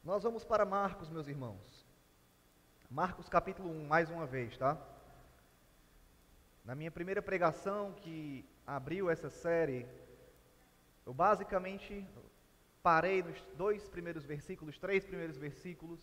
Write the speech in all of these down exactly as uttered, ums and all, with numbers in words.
Nós vamos para Marcos, meus irmãos. Marcos capítulo um, mais uma vez, tá? Na minha primeira pregação que abriu essa série, eu basicamente parei nos dois primeiros versículos, três primeiros versículos,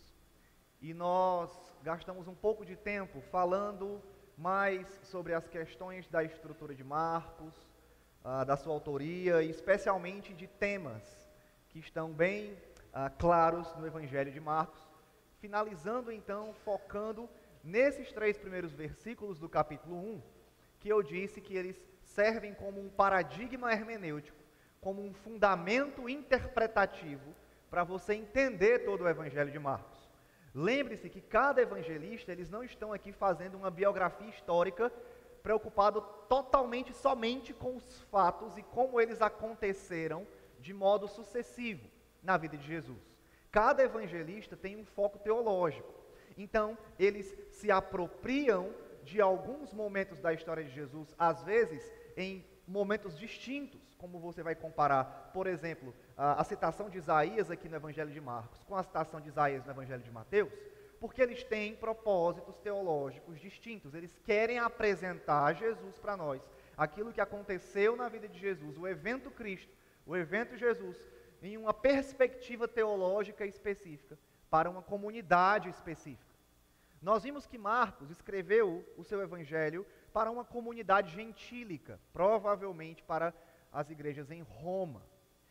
e nós gastamos um pouco de tempo falando mais sobre as questões da estrutura de Marcos, ah, da sua autoria, e especialmente de temas que estão bem ah, claros no Evangelho de Marcos, finalizando então, focando nesses três primeiros versículos do capítulo um, que eu disse que eles servem como um paradigma hermenêutico, como um fundamento interpretativo para você entender todo o Evangelho de Marcos. Lembre-se que cada evangelista, eles não estão aqui fazendo uma biografia histórica preocupado totalmente somente com os fatos e como eles aconteceram de modo sucessivo na vida de Jesus. Cada evangelista tem um foco teológico. Então, eles se apropriam de alguns momentos da história de Jesus, às vezes em momentos distintos, como você vai comparar, por exemplo, a, a citação de Isaías aqui no Evangelho de Marcos com a citação de Isaías no Evangelho de Mateus, porque eles têm propósitos teológicos distintos. Eles querem apresentar Jesus para nós, aquilo que aconteceu na vida de Jesus, o evento Cristo, o evento Jesus, em uma perspectiva teológica específica, para uma comunidade específica. Nós vimos que Marcos escreveu o seu evangelho para uma comunidade gentílica, provavelmente para as igrejas em Roma.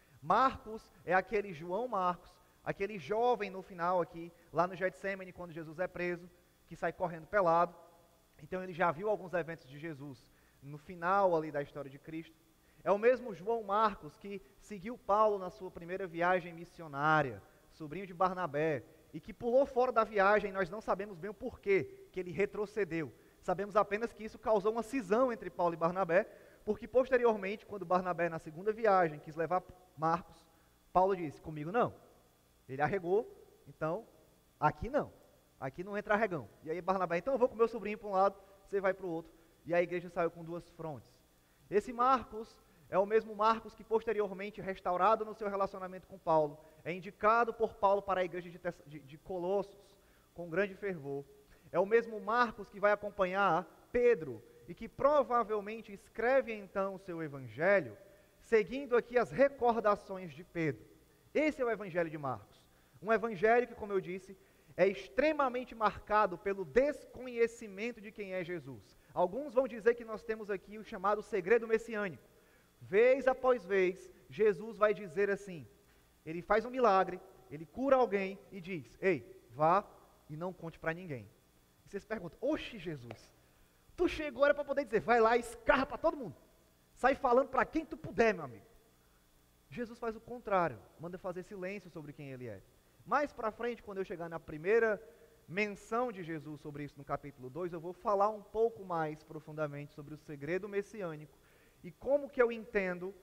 Marcos é aquele João Marcos, aquele jovem no final aqui, lá no Getsêmani, quando Jesus é preso, que sai correndo pelado. Então ele já viu alguns eventos de Jesus no final ali da história de Cristo. É o mesmo João Marcos que seguiu Paulo na sua primeira viagem missionária, sobrinho de Barnabé, e que pulou fora da viagem. Nós não sabemos bem o porquê que ele retrocedeu. Sabemos apenas que isso causou uma cisão entre Paulo e Barnabé, porque posteriormente, quando Barnabé na segunda viagem quis levar Marcos, Paulo disse, comigo não. Ele arregou, então, aqui não. Aqui não entra arregão. E aí Barnabé, então eu vou com meu sobrinho para um lado, você vai para o outro. E a igreja saiu com duas frontes. Esse Marcos é o mesmo Marcos que posteriormente, restaurado no seu relacionamento com Paulo, é indicado por Paulo para a igreja de, de, de Colossos, com grande fervor. É o mesmo Marcos que vai acompanhar Pedro e que provavelmente escreve então o seu evangelho, seguindo aqui as recordações de Pedro. Esse é o evangelho de Marcos. Um evangelho que, como eu disse, é extremamente marcado pelo desconhecimento de quem é Jesus. Alguns vão dizer que nós temos aqui o chamado segredo messiânico. Vez após vez, Jesus vai dizer assim, ele faz um milagre, ele cura alguém e diz, ei, vá e não conte para ninguém. E vocês perguntam, oxe Jesus, tu chegou era para poder dizer, vai lá e escarra para todo mundo. Sai falando para quem tu puder, meu amigo. Jesus faz o contrário, manda fazer silêncio sobre quem ele é. Mais para frente, quando eu chegar na primeira menção de Jesus sobre isso no capítulo dois, eu vou falar um pouco mais profundamente sobre o segredo messiânico e como que eu entendo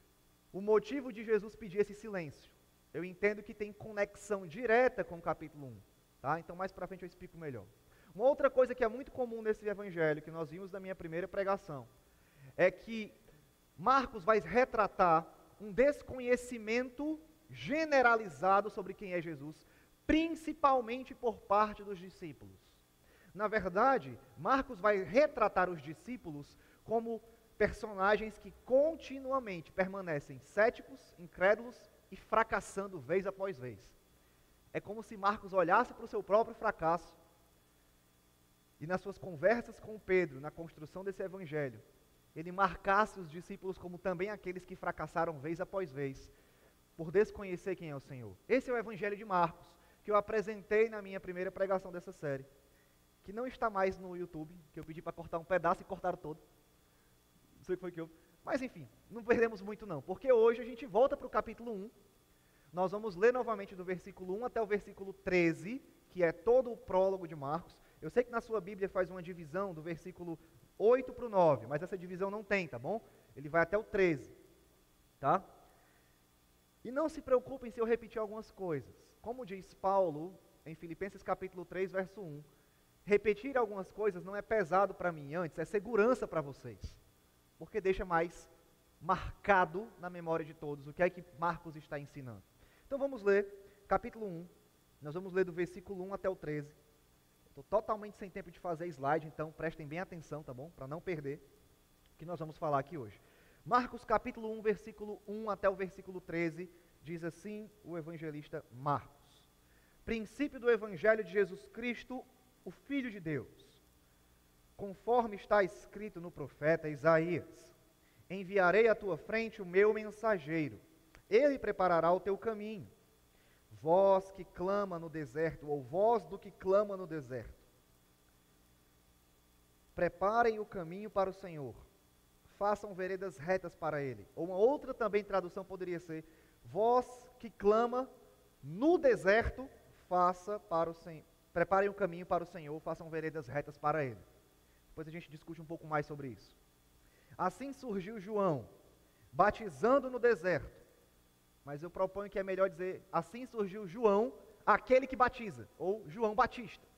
o motivo de Jesus pedir esse silêncio. Eu entendo que tem conexão direta com o capítulo um, tá? Então mais para frente eu explico melhor. Uma outra coisa que é muito comum nesse evangelho, que nós vimos na minha primeira pregação, é que Marcos vai retratar um desconhecimento generalizado sobre quem é Jesus, principalmente por parte dos discípulos. Na verdade, Marcos vai retratar os discípulos como personagens que continuamente permanecem céticos, incrédulos e fracassando vez após vez. É como se Marcos olhasse para o seu próprio fracasso e nas suas conversas com Pedro, na construção desse evangelho, ele marcasse os discípulos como também aqueles que fracassaram vez após vez, por desconhecer quem é o Senhor. Esse é o evangelho de Marcos, que eu apresentei na minha primeira pregação dessa série, que não está mais no YouTube, que eu pedi para cortar um pedaço e cortaram todo. Não sei o que foi que eu... Mas enfim, não perdemos muito não, porque hoje a gente volta para o capítulo um, nós vamos ler novamente do versículo um até o versículo treze, que é todo o prólogo de Marcos. Eu sei que na sua Bíblia faz uma divisão do versículo oito para o nove, mas essa divisão não tem, tá bom? Ele vai até o treze, tá? E não se preocupem se eu repetir algumas coisas. Como diz Paulo em Filipenses capítulo três, verso um, repetir algumas coisas não é pesado para mim, antes é segurança para vocês, porque deixa mais marcado na memória de todos o que é que Marcos está ensinando. Então vamos ler capítulo um, Nós vamos ler do versículo um até o treze. Estou totalmente sem tempo de fazer slide, então prestem bem atenção, tá bom? Para não perder o que nós vamos falar aqui hoje. Marcos capítulo um, versículo um até o versículo treze, diz assim o evangelista Marcos. Princípio do evangelho de Jesus Cristo, o Filho de Deus. Conforme está escrito no profeta Isaías: enviarei à tua frente o meu mensageiro, ele preparará o teu caminho. Voz que clama no deserto, ou voz do que clama no deserto: preparem o caminho para o Senhor, façam veredas retas para ele. Ou uma outra também tradução poderia ser: voz que clama no deserto, faça para o Senhor, preparem o caminho para o Senhor, façam veredas retas para ele. Depois a gente discute um pouco mais sobre isso. Assim surgiu João, batizando no deserto. Mas eu proponho que é melhor dizer: assim surgiu João, aquele que batiza, ou João Batista.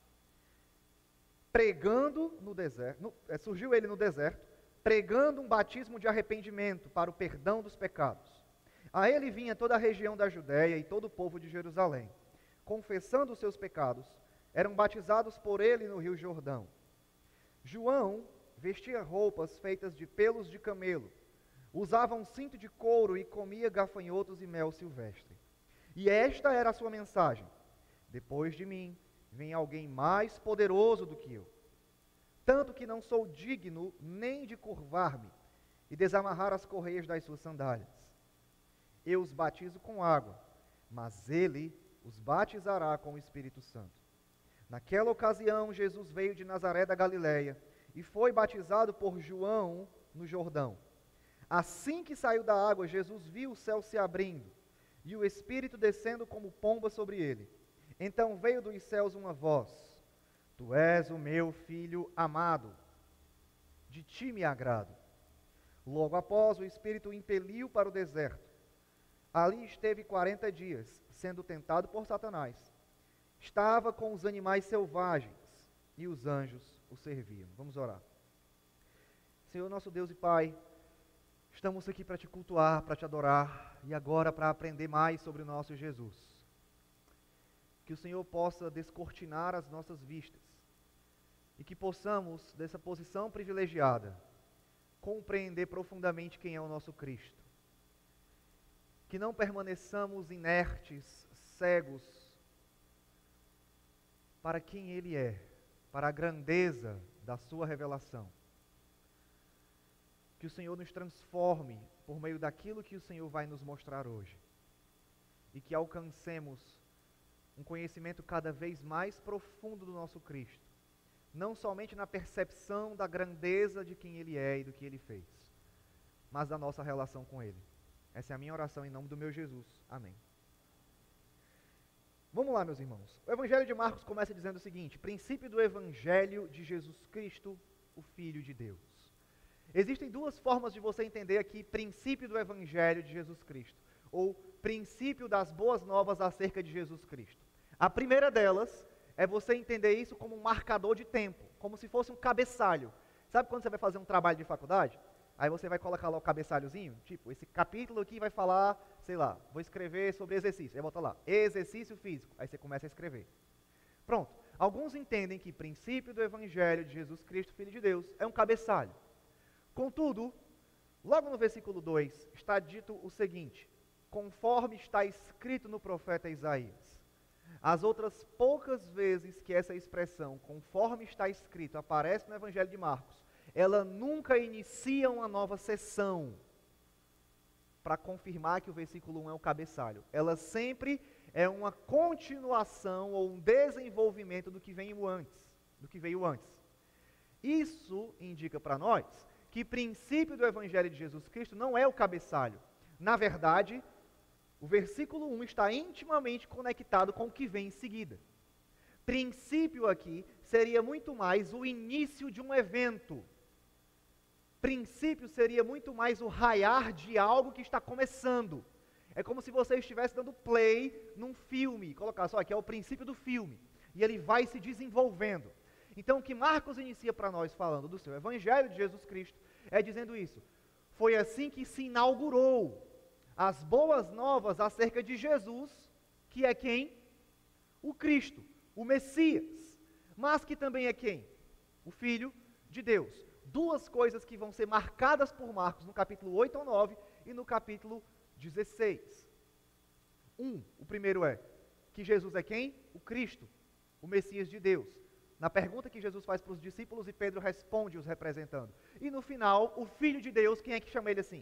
Pregando no deserto, no, é, surgiu ele no deserto, pregando um batismo de arrependimento para o perdão dos pecados. A ele vinha toda a região da Judéia e todo o povo de Jerusalém. Confessando os seus pecados, eram batizados por ele no rio Jordão. João vestia roupas feitas de pelos de camelo, usava um cinto de couro e comia gafanhotos e mel silvestre. E esta era a sua mensagem: depois de mim vem alguém mais poderoso do que eu, tanto que não sou digno nem de curvar-me e desamarrar as correias das suas sandálias. Eu os batizo com água, mas ele os batizará com o Espírito Santo. Naquela ocasião, Jesus veio de Nazaré da Galileia e foi batizado por João no Jordão. Assim que saiu da água, Jesus viu o céu se abrindo e o Espírito descendo como pomba sobre ele. Então veio dos céus uma voz: tu és o meu Filho amado, de ti me agrado. Logo após, o Espírito o impeliu para o deserto. Ali esteve quarenta dias, sendo tentado por Satanás. Estava com os animais selvagens e os anjos o serviam. Vamos orar. Senhor nosso Deus e Pai, estamos aqui para te cultuar, para te adorar e agora para aprender mais sobre o nosso Jesus. Que o Senhor possa descortinar as nossas vistas e que possamos, dessa posição privilegiada, compreender profundamente quem é o nosso Cristo. Que não permaneçamos inertes, cegos, para quem Ele é, para a grandeza da sua revelação. Que o Senhor nos transforme por meio daquilo que o Senhor vai nos mostrar hoje. E que alcancemos um conhecimento cada vez mais profundo do nosso Cristo. Não somente na percepção da grandeza de quem Ele é e do que Ele fez, mas da nossa relação com Ele. Essa é a minha oração em nome do meu Jesus. Amém. Vamos lá, meus irmãos. O Evangelho de Marcos começa dizendo o seguinte: princípio do Evangelho de Jesus Cristo, o Filho de Deus. Existem duas formas de você entender aqui princípio do Evangelho de Jesus Cristo, ou princípio das boas novas acerca de Jesus Cristo. A primeira delas é você entender isso como um marcador de tempo, como se fosse um cabeçalho. Sabe quando você vai fazer um trabalho de faculdade? Aí você vai colocar lá o cabeçalhozinho, tipo, esse capítulo aqui vai falar, sei lá, vou escrever sobre exercício. Aí bota lá, exercício físico. Aí você começa a escrever. Pronto. Alguns entendem que princípio do Evangelho de Jesus Cristo, Filho de Deus, é um cabeçalho. Contudo, logo no versículo dois, está dito o seguinte: conforme está escrito no profeta Isaías. As outras poucas vezes que essa expressão, conforme está escrito, aparece no Evangelho de Marcos, ela nunca inicia uma nova sessão para confirmar que o versículo um é o cabeçalho. Ela sempre é uma continuação ou um desenvolvimento do que veio antes, do que veio antes. Isso indica para nós que princípio do Evangelho de Jesus Cristo não é o cabeçalho. Na verdade, o versículo um está intimamente conectado com o que vem em seguida. Princípio aqui seria muito mais o início de um evento. Princípio seria muito mais o raiar de algo que está começando. É como se você estivesse dando play num filme, colocar só aqui é o princípio do filme, e ele vai se desenvolvendo. Então o que Marcos inicia para nós falando do seu Evangelho de Jesus Cristo é dizendo isso: foi assim que se inaugurou as boas novas acerca de Jesus, que é quem? o Cristo, o Messias, mas que também é quem? O Filho de Deus. Duas coisas que vão ser marcadas por Marcos no capítulo oito ao nove e no capítulo dezesseis. Um, o primeiro é que Jesus é quem? O Cristo, o Messias de Deus. Na pergunta que Jesus faz para os discípulos e Pedro responde os representando. E no final, o Filho de Deus, quem é que chama ele assim?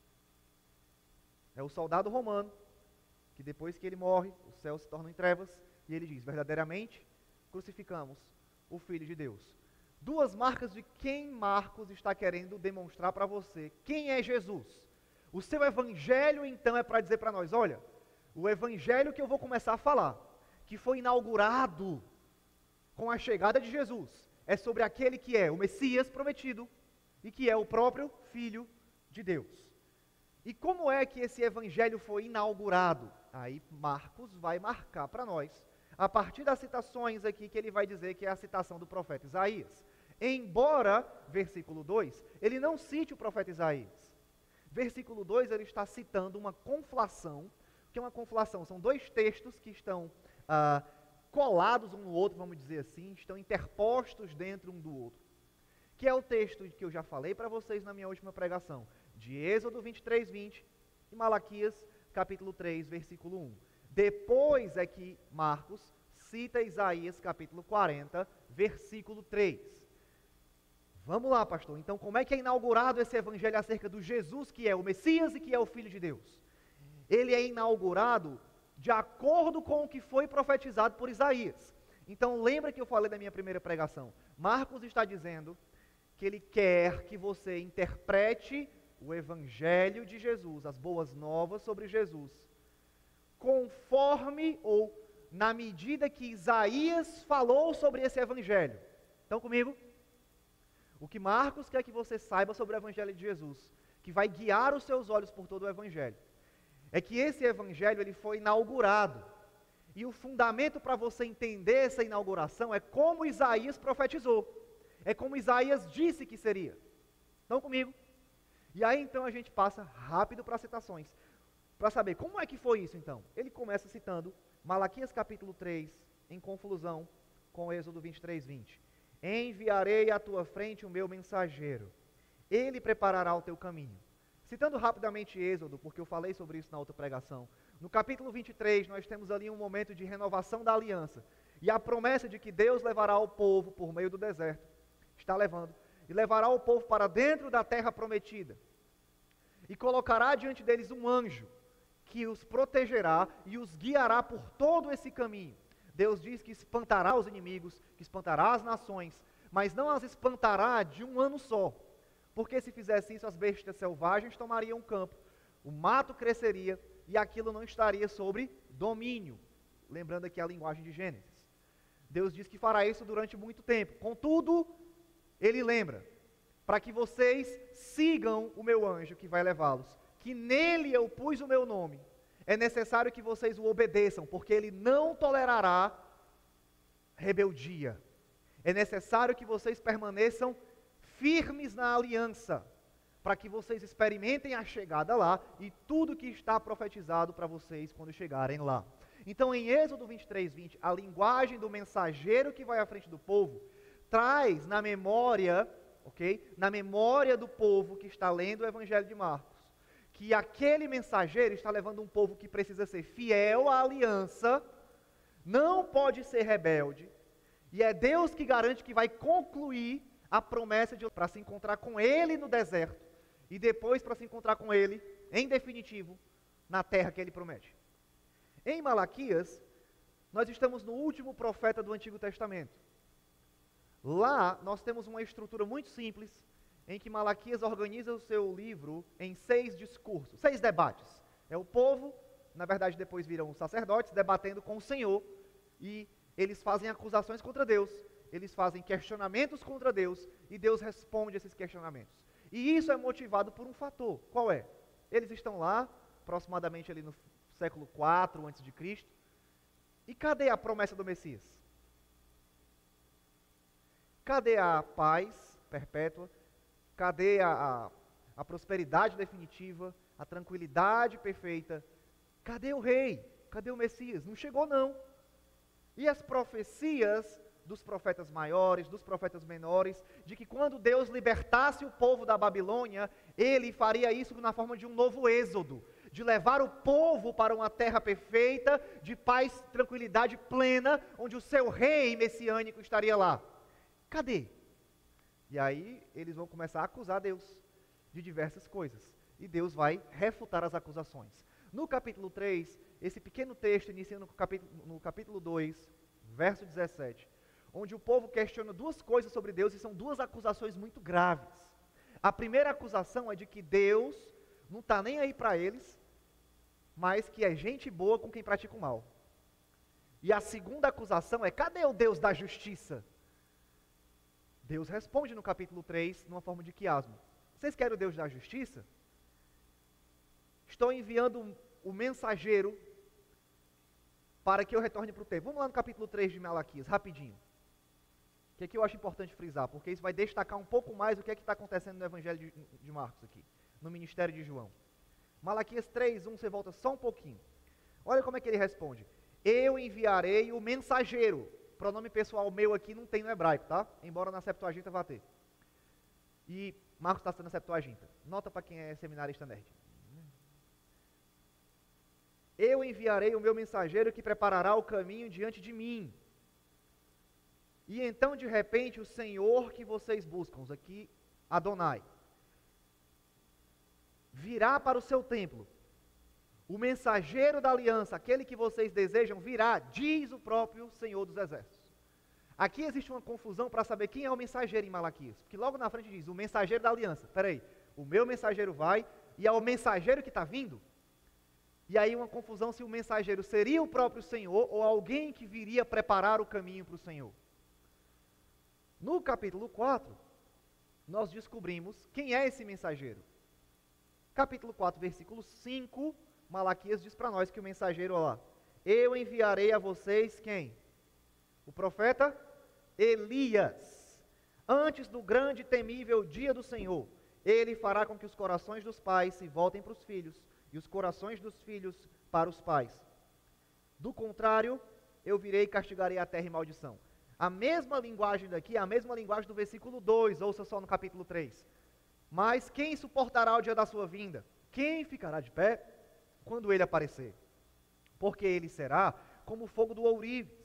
É o soldado romano, que depois que ele morre, os céus se tornam em trevas, e ele diz, verdadeiramente, crucificamos o Filho de Deus. Duas marcas de quem Marcos está querendo demonstrar para você. Quem é Jesus? O seu evangelho, então, é para dizer para nós, olha, o evangelho que eu vou começar a falar, que foi inaugurado com a chegada de Jesus, é sobre aquele que é o Messias prometido e que é o próprio Filho de Deus. E como é que esse evangelho foi inaugurado? Aí Marcos vai marcar para nós, a partir das citações aqui que ele vai dizer que é a citação do profeta Isaías. Embora, versículo dois, ele não cite o profeta Isaías. Versículo dois, ele está citando uma conflação. O que é uma conflação? São dois textos que estão ah, colados um no outro, vamos dizer assim, estão interpostos dentro um do outro. Que é o texto que eu já falei para vocês na minha última pregação, de Êxodo vinte e três, vinte e Malaquias capítulo três, versículo um. Depois é que Marcos cita Isaías capítulo quarenta, versículo três. Vamos lá, pastor. Então, como é que é inaugurado esse evangelho acerca do Jesus que é o Messias e que é o Filho de Deus? Ele é inaugurado de acordo com o que foi profetizado por Isaías. Então, lembra que eu falei da minha primeira pregação? Marcos está dizendo que ele quer que você interprete o evangelho de Jesus, as boas novas sobre Jesus, conforme ou na medida que Isaías falou sobre esse evangelho. Estão comigo? O que Marcos quer que você saiba sobre o evangelho de Jesus, que vai guiar os seus olhos por todo o evangelho, é que esse evangelho ele foi inaugurado. E o fundamento para você entender essa inauguração é como Isaías profetizou. É como Isaías disse que seria. Estão comigo? E aí então a gente passa rápido para as citações, para saber como é que foi isso então. Ele começa citando Malaquias capítulo três, em confusão com Êxodo vinte e três, vinte. Enviarei à tua frente o meu mensageiro, ele preparará o teu caminho. Citando rapidamente Êxodo, porque eu falei sobre isso na outra pregação, no capítulo vinte e três nós temos ali um momento de renovação da aliança, e a promessa de que Deus levará o povo por meio do deserto, está levando, e levará o povo para dentro da terra prometida, e colocará diante deles um anjo, que os protegerá e os guiará por todo esse caminho. Deus diz que espantará os inimigos, que espantará as nações, mas não as espantará de um ano só, porque se fizesse isso, as bestas selvagens tomariam o campo, o mato cresceria, e aquilo não estaria sobre domínio, lembrando aqui a linguagem de Gênesis. Deus diz que fará isso durante muito tempo, contudo, Ele lembra, para que vocês sigam o meu anjo que vai levá-los, que nele eu pus o meu nome, é necessário que vocês o obedeçam, porque ele não tolerará rebeldia. É necessário que vocês permaneçam firmes na aliança, para que vocês experimentem a chegada lá e tudo que está profetizado para vocês quando chegarem lá. Então, em Êxodo vinte e três, vinte, a linguagem do mensageiro que vai à frente do povo traz na memória, ok? Na memória do povo que está lendo o Evangelho de Marcos, que aquele mensageiro está levando um povo que precisa ser fiel à aliança, não pode ser rebelde, e é Deus que garante que vai concluir a promessa de para se encontrar com Ele no deserto, e depois para se encontrar com Ele, em definitivo, na terra que Ele promete. Em Malaquias, nós estamos no último profeta do Antigo Testamento. Lá, nós temos uma estrutura muito simples, em que Malaquias organiza o seu livro em seis discursos, seis debates. É o povo, na verdade depois viram os sacerdotes, debatendo com o Senhor, e eles fazem acusações contra Deus, eles fazem questionamentos contra Deus, e Deus responde esses questionamentos. E isso é motivado por um fator, qual é? Eles estão lá, aproximadamente ali no século quatro antes de Cristo, e cadê a promessa do Messias? Cadê a paz perpétua? Cadê a, a, a prosperidade definitiva, a tranquilidade perfeita? Cadê o rei? Cadê o Messias? Não chegou não. E as profecias dos profetas maiores, dos profetas menores, de que quando Deus libertasse o povo da Babilônia, ele faria isso na forma de um novo êxodo, de levar o povo para uma terra perfeita, de paz, tranquilidade plena, onde o seu rei messiânico estaria lá. Cadê? E aí eles vão começar a acusar Deus de diversas coisas. E Deus vai refutar as acusações. No capítulo três, esse pequeno texto inicia no capítulo, no capítulo dois, verso dezessete, onde o povo questiona duas coisas sobre Deus e são duas acusações muito graves. A primeira acusação é de que Deus não está nem aí para eles, mas que é gente boa com quem pratica o mal. E a segunda acusação é: cadê o Deus da justiça? Deus responde no capítulo três, numa forma de quiasmo. Vocês querem o Deus da justiça? Estou enviando o mensageiro para que eu retorne para o tempo. Vamos lá no capítulo três de Malaquias, rapidinho. O que é que eu acho importante frisar? Porque isso vai destacar um pouco mais o que é que está acontecendo no Evangelho de, de Marcos aqui, no ministério de João. Malaquias três, um, você volta só um pouquinho. Olha como é que ele responde. Eu enviarei o mensageiro. Pronome pessoal meu aqui não tem no hebraico, tá? Embora na Septuaginta vá ter. E Marcos está na Septuaginta. Nota para quem é seminarista nerd. Eu enviarei o meu mensageiro que preparará o caminho diante de mim. E então, de repente, o Senhor que vocês buscam, aqui, Adonai, virá para o seu templo. O mensageiro da aliança, aquele que vocês desejam, virá, diz o próprio Senhor dos Exércitos. Aqui existe uma confusão para saber quem é o mensageiro em Malaquias. Porque logo na frente diz, o mensageiro da aliança. Espera aí, o meu mensageiro vai e é o mensageiro que está vindo? E aí uma confusão se o mensageiro seria o próprio Senhor ou alguém que viria preparar o caminho para o Senhor. No capítulo quatro, nós descobrimos quem é esse mensageiro. Capítulo quatro, versículo cinco, Malaquias diz para nós que o mensageiro, olha lá, eu enviarei a vocês quem? O profeta Elias. Antes do grande e temível dia do Senhor, ele fará com que os corações dos pais se voltem para os filhos e os corações dos filhos para os pais. Do contrário, eu virei e castigarei a terra em maldição. A mesma linguagem daqui, a mesma linguagem do versículo dois, ouça só no capítulo três. Mas quem suportará o dia da sua vinda? Quem ficará de pé quando ele aparecer? Porque ele será como o fogo do ourives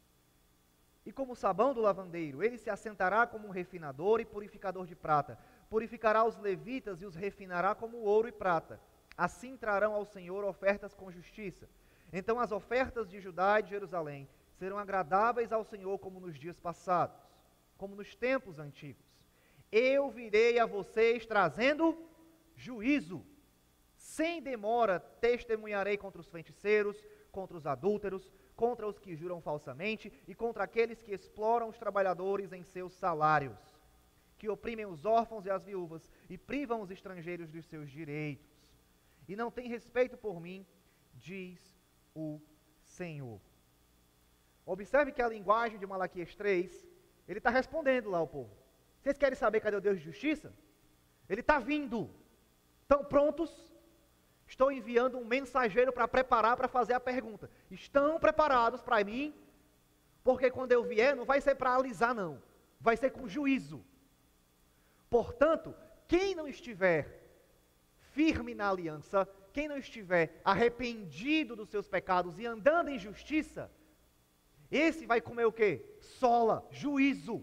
e como o sabão do lavandeiro. Ele se assentará como um refinador e purificador de prata. Purificará os levitas e os refinará como ouro e prata. Assim trarão ao Senhor ofertas com justiça. Então as ofertas de Judá e de Jerusalém serão agradáveis ao Senhor como nos dias passados, como nos tempos antigos. Eu virei a vocês trazendo juízo. Sem demora testemunharei contra os feiticeiros, contra os adúlteros, contra os que juram falsamente e contra aqueles que exploram os trabalhadores em seus salários, que oprimem os órfãos e as viúvas e privam os estrangeiros dos seus direitos. E não tem respeito por mim, diz o Senhor. Observe que a linguagem de Malaquias três, ele está respondendo lá ao povo. Vocês querem saber cadê o Deus de justiça? Ele está vindo. Estão prontos? Estou enviando um mensageiro para preparar, para fazer a pergunta. Estão preparados para mim? Porque quando eu vier, não vai ser para alisar não. Vai ser com juízo. Portanto, quem não estiver firme na aliança, quem não estiver arrependido dos seus pecados e andando em justiça, esse vai comer o quê? Sola, juízo.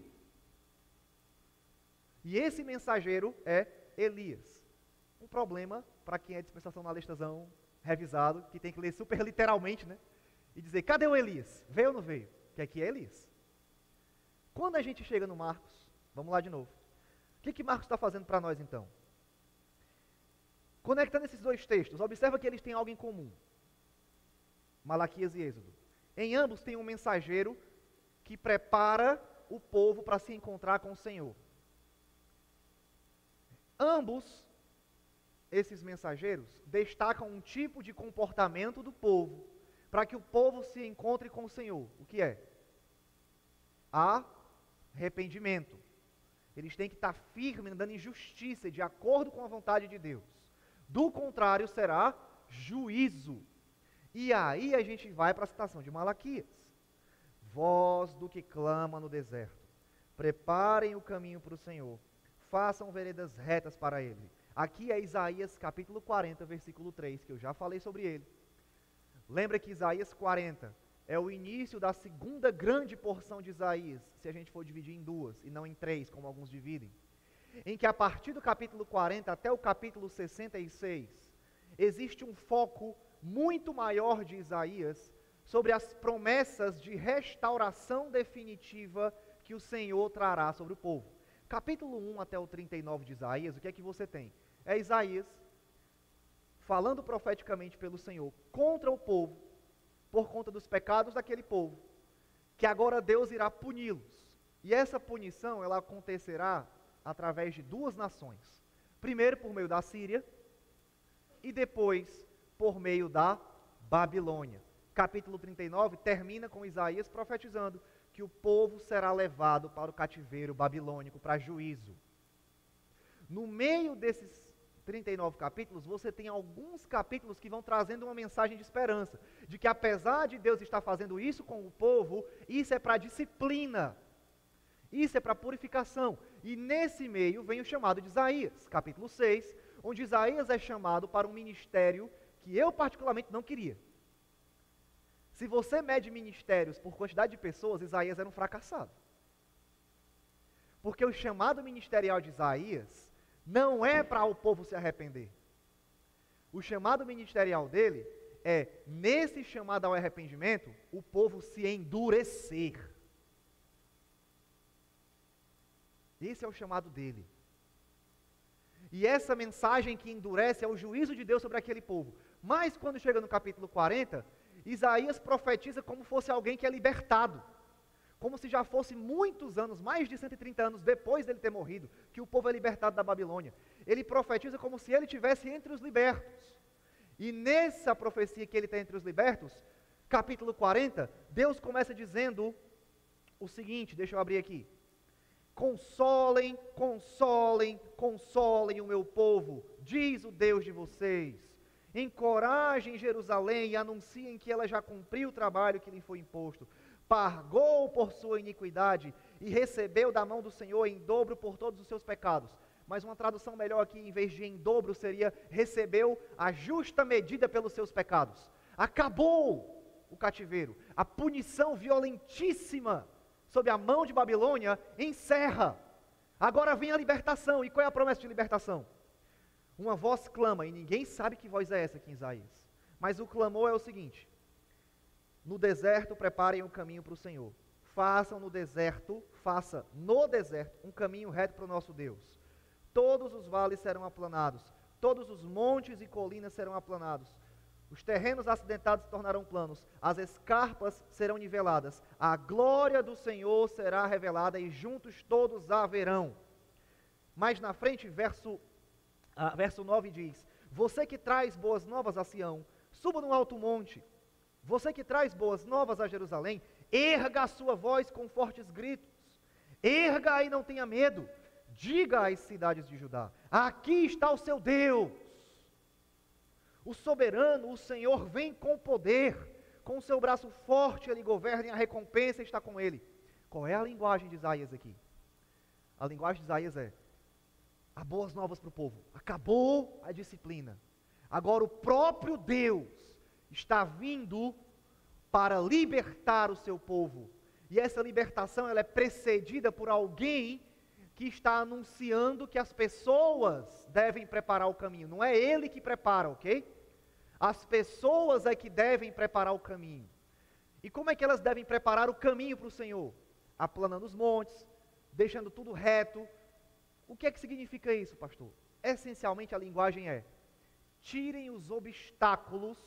E esse mensageiro é Elias. Um problema para quem é dispensação na listazão, revisado, que tem que ler super literalmente, né? E dizer, cadê o Elias? Veio ou não veio? Que aqui é Elias. Quando a gente chega no Marcos, vamos lá de novo. O que que Marcos está fazendo para nós então? Conectando esses dois textos, observa que eles têm algo em comum. Malaquias e Êxodo. Em ambos tem um mensageiro que prepara o povo para se encontrar com o Senhor. Ambos, esses mensageiros, destacam um tipo de comportamento do povo, para que o povo se encontre com o Senhor. O que é? Arrependimento. Eles têm que estar firmes, andando em justiça, de acordo com a vontade de Deus. Do contrário, será juízo. E aí a gente vai para a citação de Malaquias. voz do que clama no deserto. Preparem o caminho para o Senhor, façam veredas retas para Ele. Aqui é Isaías capítulo quarenta, versículo três, que eu já falei sobre ele. Lembra que Isaías quarenta é o início da segunda grande porção de Isaías, se a gente for dividir em duas, e não em três, como alguns dividem. Em que a partir do capítulo quarenta até o capítulo sessenta e seis, existe um foco muito maior de Isaías sobre as promessas de restauração definitiva que o Senhor trará sobre o povo. Capítulo um até o trinta e nove de Isaías, o que é que você tem? É Isaías falando profeticamente pelo Senhor contra o povo, por conta dos pecados daquele povo, que agora Deus irá puni-los. E essa punição, ela acontecerá através de duas nações. Primeiro por meio da Síria e depois por meio da Babilônia. Capítulo trinta e nove termina com Isaías profetizando que o povo será levado para o cativeiro babilônico, para juízo. No meio desses trinta e nove capítulos, você tem alguns capítulos que vão trazendo uma mensagem de esperança, de que apesar de Deus estar fazendo isso com o povo, isso é para disciplina, isso é para purificação. E nesse meio vem o chamado de Isaías, capítulo seis, onde Isaías é chamado para um ministério que eu particularmente não queria. Se você mede ministérios por quantidade de pessoas, Isaías era um fracassado. Porque o chamado ministerial de Isaías não é para o povo se arrepender. O chamado ministerial dele é, nesse chamado ao arrependimento, o povo se endurecer. Esse é o chamado dele. E essa mensagem que endurece é o juízo de Deus sobre aquele povo. Mas quando chega no capítulo quarenta, Isaías profetiza como fosse alguém que é libertado. Como se já fosse muitos anos, mais de cento e trinta anos depois dele ter morrido, que o povo é libertado da Babilônia. Ele profetiza como se ele estivesse entre os libertos. E nessa profecia que ele está entre os libertos, capítulo quarenta, Deus começa dizendo o seguinte, deixa eu abrir aqui. Consolem, consolem, consolem o meu povo, diz o Deus de vocês. Encorajem Jerusalém e anunciem que ela já cumpriu o trabalho que lhe foi imposto. Pagou por sua iniquidade e recebeu da mão do Senhor em dobro por todos os seus pecados. Mas uma tradução melhor aqui, em vez de em dobro, seria recebeu a justa medida pelos seus pecados. Acabou o cativeiro. A punição violentíssima sob a mão de Babilônia encerra. Agora vem a libertação. E qual é a promessa de libertação? Uma voz clama, e ninguém sabe que voz é essa aqui em Isaías. Mas o clamor é o seguinte: no deserto preparem o caminho para o Senhor. Façam no deserto, faça no deserto um caminho reto para o nosso Deus. Todos os vales serão aplanados, todos os montes e colinas serão aplanados. Os terrenos acidentados se tornarão planos, as escarpas serão niveladas. A glória do Senhor será revelada e juntos todos a verão. Mais na frente, verso, ah, verso nove diz: você que traz boas novas a Sião, suba no alto monte. Você que traz boas novas a Jerusalém, erga a sua voz com fortes gritos. Erga e não tenha medo. Diga às cidades de Judá: aqui está o seu Deus. O soberano, o Senhor, vem com poder. Com o seu braço forte ele governa e a recompensa está com ele. Qual é a linguagem de Isaías aqui? A linguagem de Isaías é: há boas novas para o povo. Acabou a disciplina. Agora o próprio Deus está vindo para libertar o seu povo. E essa libertação ela é precedida por alguém que está anunciando que as pessoas devem preparar o caminho. Não é ele que prepara, ok? As pessoas é que devem preparar o caminho. E como é que elas devem preparar o caminho para o Senhor? Aplanando os montes, deixando tudo reto. O que é que significa isso, pastor? Essencialmente a linguagem é: tirem os obstáculos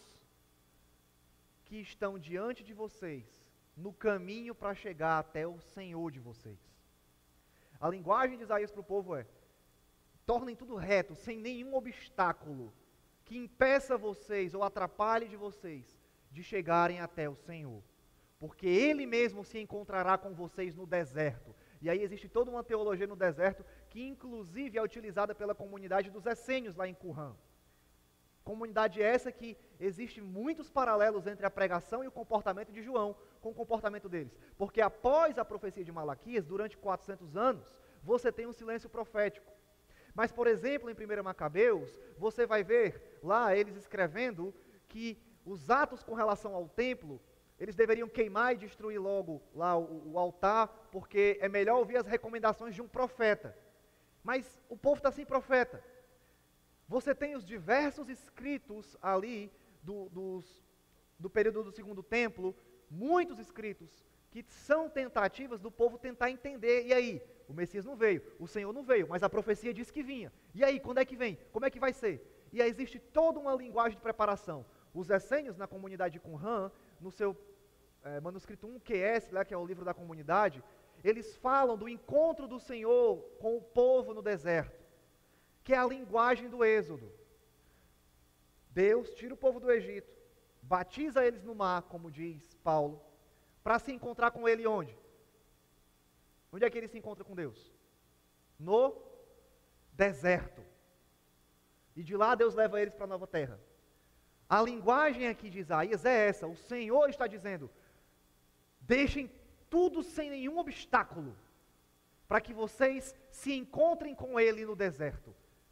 que estão diante de vocês, no caminho para chegar até o Senhor de vocês. A linguagem de Isaías para o povo é: tornem tudo reto, sem nenhum obstáculo que impeça vocês ou atrapalhe de vocês de chegarem até o Senhor. Porque Ele mesmo se encontrará com vocês no deserto. E aí existe toda uma teologia no deserto, que inclusive é utilizada pela comunidade dos essênios lá em Qumran. Comunidade essa que existe muitos paralelos entre a pregação e o comportamento de João com o comportamento deles. Porque após a profecia de Malaquias, durante quatrocentos anos, você tem um silêncio profético. Mas, por exemplo, em primeiro Macabeus, você vai ver lá eles escrevendo que os atos com relação ao templo, eles deveriam queimar e destruir logo lá o, o altar, porque é melhor ouvir as recomendações de um profeta. Mas o povo está sem profeta. Você tem os diversos escritos ali do, dos, do período do segundo templo, muitos escritos, que são tentativas do povo tentar entender. E aí? O Messias não veio, o Senhor não veio, mas a profecia disse que vinha. E aí, quando é que vem? Como é que vai ser? E aí existe toda uma linguagem de preparação. Os essênios na comunidade de Qumran, no seu é, manuscrito um Q S, lá, que é o livro da comunidade, eles falam do encontro do Senhor com o povo no deserto, que é a linguagem do Êxodo. Deus tira o povo do Egito, batiza eles no mar, como diz Paulo, para se encontrar com ele onde? Onde é que ele se encontra com Deus? No deserto. E de lá Deus leva eles para a nova terra. A linguagem aqui de Isaías é essa. O Senhor está dizendo: deixem tudo sem nenhum obstáculo, para que vocês se encontrem com ele no deserto.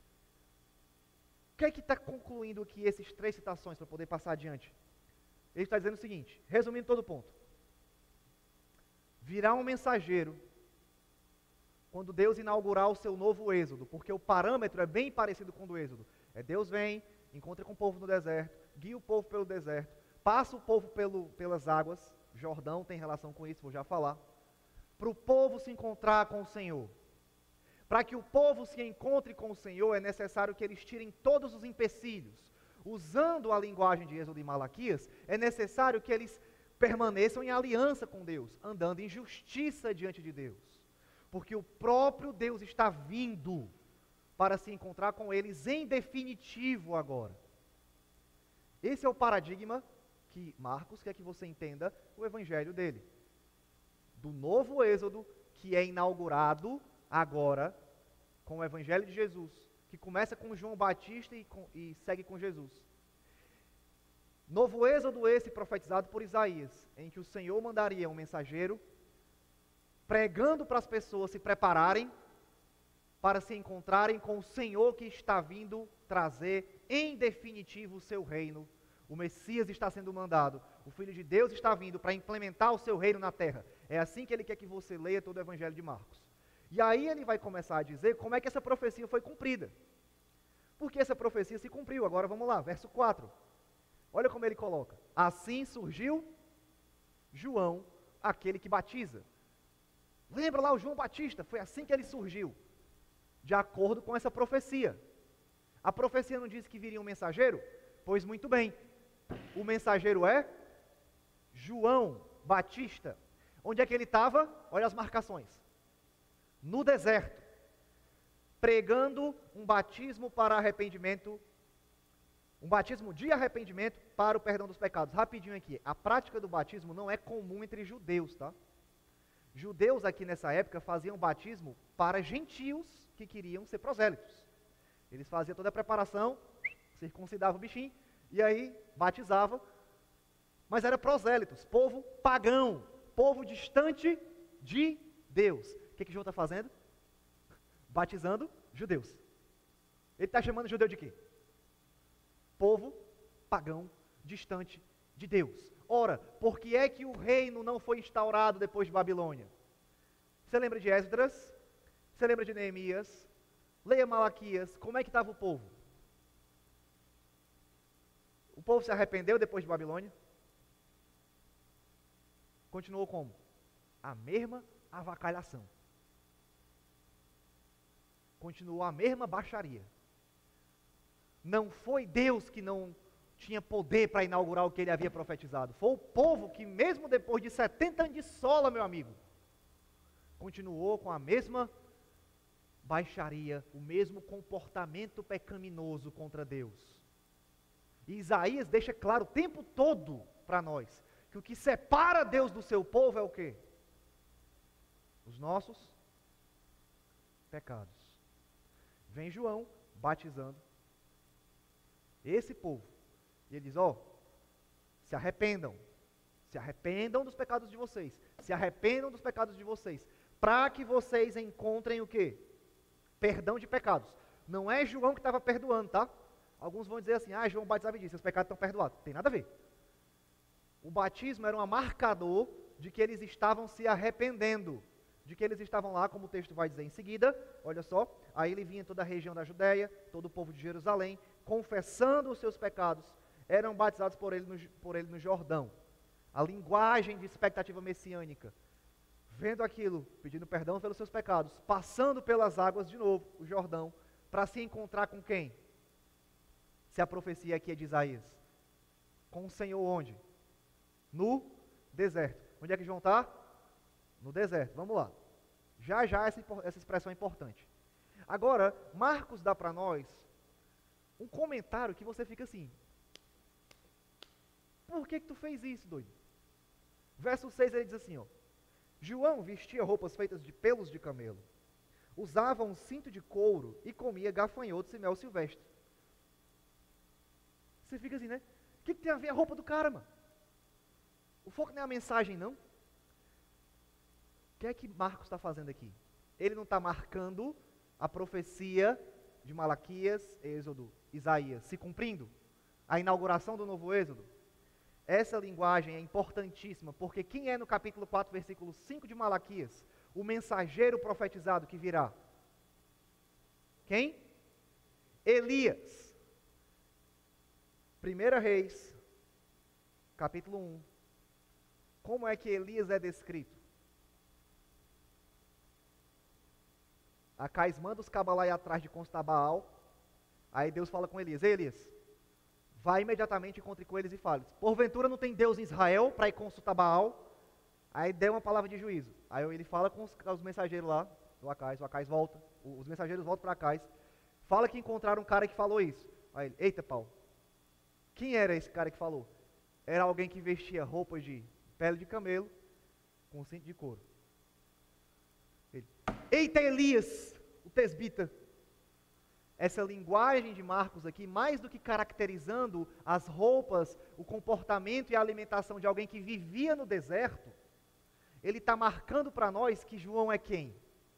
O que é que está concluindo aqui essas três citações, para poder passar adiante? Ele está dizendo o seguinte, resumindo todo o ponto: virá um mensageiro quando Deus inaugurar o seu novo êxodo, porque o parâmetro é bem parecido com o do êxodo. É Deus vem, encontra com o povo no deserto, guia o povo pelo deserto, passa o povo pelo, pelas águas, Jordão tem relação com isso, vou já falar, para o povo se encontrar com o Senhor. Para que o povo se encontre com o Senhor, é necessário que eles tirem todos os empecilhos. Usando a linguagem de Êxodo e Malaquias, é necessário que eles permaneçam em aliança com Deus, andando em justiça diante de Deus. Porque o próprio Deus está vindo para se encontrar com eles em definitivo agora. Esse é o paradigma que Marcos quer que você entenda o evangelho dele. Do novo êxodo que é inaugurado agora com o evangelho de Jesus, que começa com João Batista e, com, e segue com Jesus. Novo êxodo esse profetizado por Isaías, em que o Senhor mandaria um mensageiro pregando para as pessoas se prepararem para se encontrarem com o Senhor que está vindo trazer em definitivo o seu reino. O Messias está sendo mandado, o Filho de Deus está vindo para implementar o seu reino na terra. É assim que ele quer que você leia todo o evangelho de Marcos. E aí ele vai começar a dizer como é que essa profecia foi cumprida. Porque essa profecia se cumpriu. Agora vamos lá, verso quatro. Olha como ele coloca: assim surgiu João, aquele que batiza. Lembra lá o João Batista? Foi assim que ele surgiu, de acordo com essa profecia. A profecia não disse que viria um mensageiro? Pois muito bem, o mensageiro é João Batista. Onde é que ele estava? Olha as marcações. No deserto, pregando um batismo para arrependimento, um batismo de arrependimento para o perdão dos pecados. Rapidinho aqui, a prática do batismo não é comum entre judeus, tá? Judeus aqui nessa época faziam batismo para gentios que queriam ser prosélitos. Eles faziam toda a preparação, circuncidavam o bichinho, e aí batizavam, mas era prosélitos, povo pagão, povo distante de Deus. O que que João está fazendo? Batizando judeus. Ele está chamando judeu de quê? Povo pagão, distante de Deus. Ora, por que é que o reino não foi instaurado depois de Babilônia? Você lembra de Esdras? Você lembra de Neemias? Leia Malaquias. Como é que estava o povo? O povo se arrependeu depois de Babilônia? Continuou como? A mesma avacalhação. Continuou a mesma baixaria. Não foi Deus que não tinha poder para inaugurar o que ele havia profetizado. Foi o povo que, mesmo depois de setenta anos de sola, meu amigo, continuou com a mesma baixaria, o mesmo comportamento pecaminoso contra Deus. E Isaías deixa claro o tempo todo para nós que o que separa Deus do seu povo é o quê? Os nossos pecados. Vem João batizando. esse povo. E ele diz, ó, oh, se arrependam, se arrependam dos pecados de vocês, se arrependam dos pecados de vocês, para que vocês encontrem o quê? Perdão de pecados. Não é João que estava perdoando, tá? Alguns vão dizer assim, ah, João batizava e disse, seus pecados estão perdoados. Tem nada a ver. O batismo era um marcador de que eles estavam se arrependendo, de que eles estavam lá, como o texto vai dizer em seguida, olha só, aí ele vinha toda a região da Judéia, todo o povo de Jerusalém, confessando os seus pecados, eram batizados por ele no, por ele no Jordão. A linguagem de expectativa messiânica, vendo aquilo, pedindo perdão pelos seus pecados, passando pelas águas de novo, o Jordão, para se encontrar com quem? Se a profecia aqui é de Isaías. Com o Senhor onde? No deserto. Onde é que João está? No deserto. Vamos lá. Já já essa, essa expressão é importante. Agora, Marcos dá para nós um comentário que você fica assim, por que que tu fez isso, doido? Verso seis ele diz assim, ó, João vestia roupas feitas de pelos de camelo, usava um cinto de couro e comia gafanhotos e mel silvestre. Você fica assim, né? O que que tem a ver a roupa do cara, mano? O foco não é a mensagem, não. O que é que Marcos está fazendo aqui? Ele não está marcando a profecia de Malaquias, Êxodo, Isaías se cumprindo? A inauguração do novo Êxodo? Essa linguagem é importantíssima, porque quem é no capítulo quatro, versículo cinco de Malaquias? O mensageiro profetizado que virá. Quem? Elias. Primeira Reis, capítulo um. Como é que Elias é descrito? Acais manda os cabas lá ir atrás de constar Baal. Aí Deus fala com Elias, Ei, Elias, vai imediatamente, encontre com eles e fale, porventura não tem Deus em Israel para ir consultar Baal? Aí deu uma palavra de juízo. Aí ele fala com os, os mensageiros lá, do Acais, o Acais volta, os mensageiros voltam para Acais, fala que encontraram um cara que falou isso. Aí ele, eita Paulo, quem era esse cara que falou? Era alguém que vestia roupas de pele de camelo, com cinto de couro. Ele, eita Elias, o tesbita. Essa linguagem de Marcos aqui, mais do que caracterizando as roupas, o comportamento e a alimentação de alguém que vivia no deserto, ele está marcando para nós que João é quem?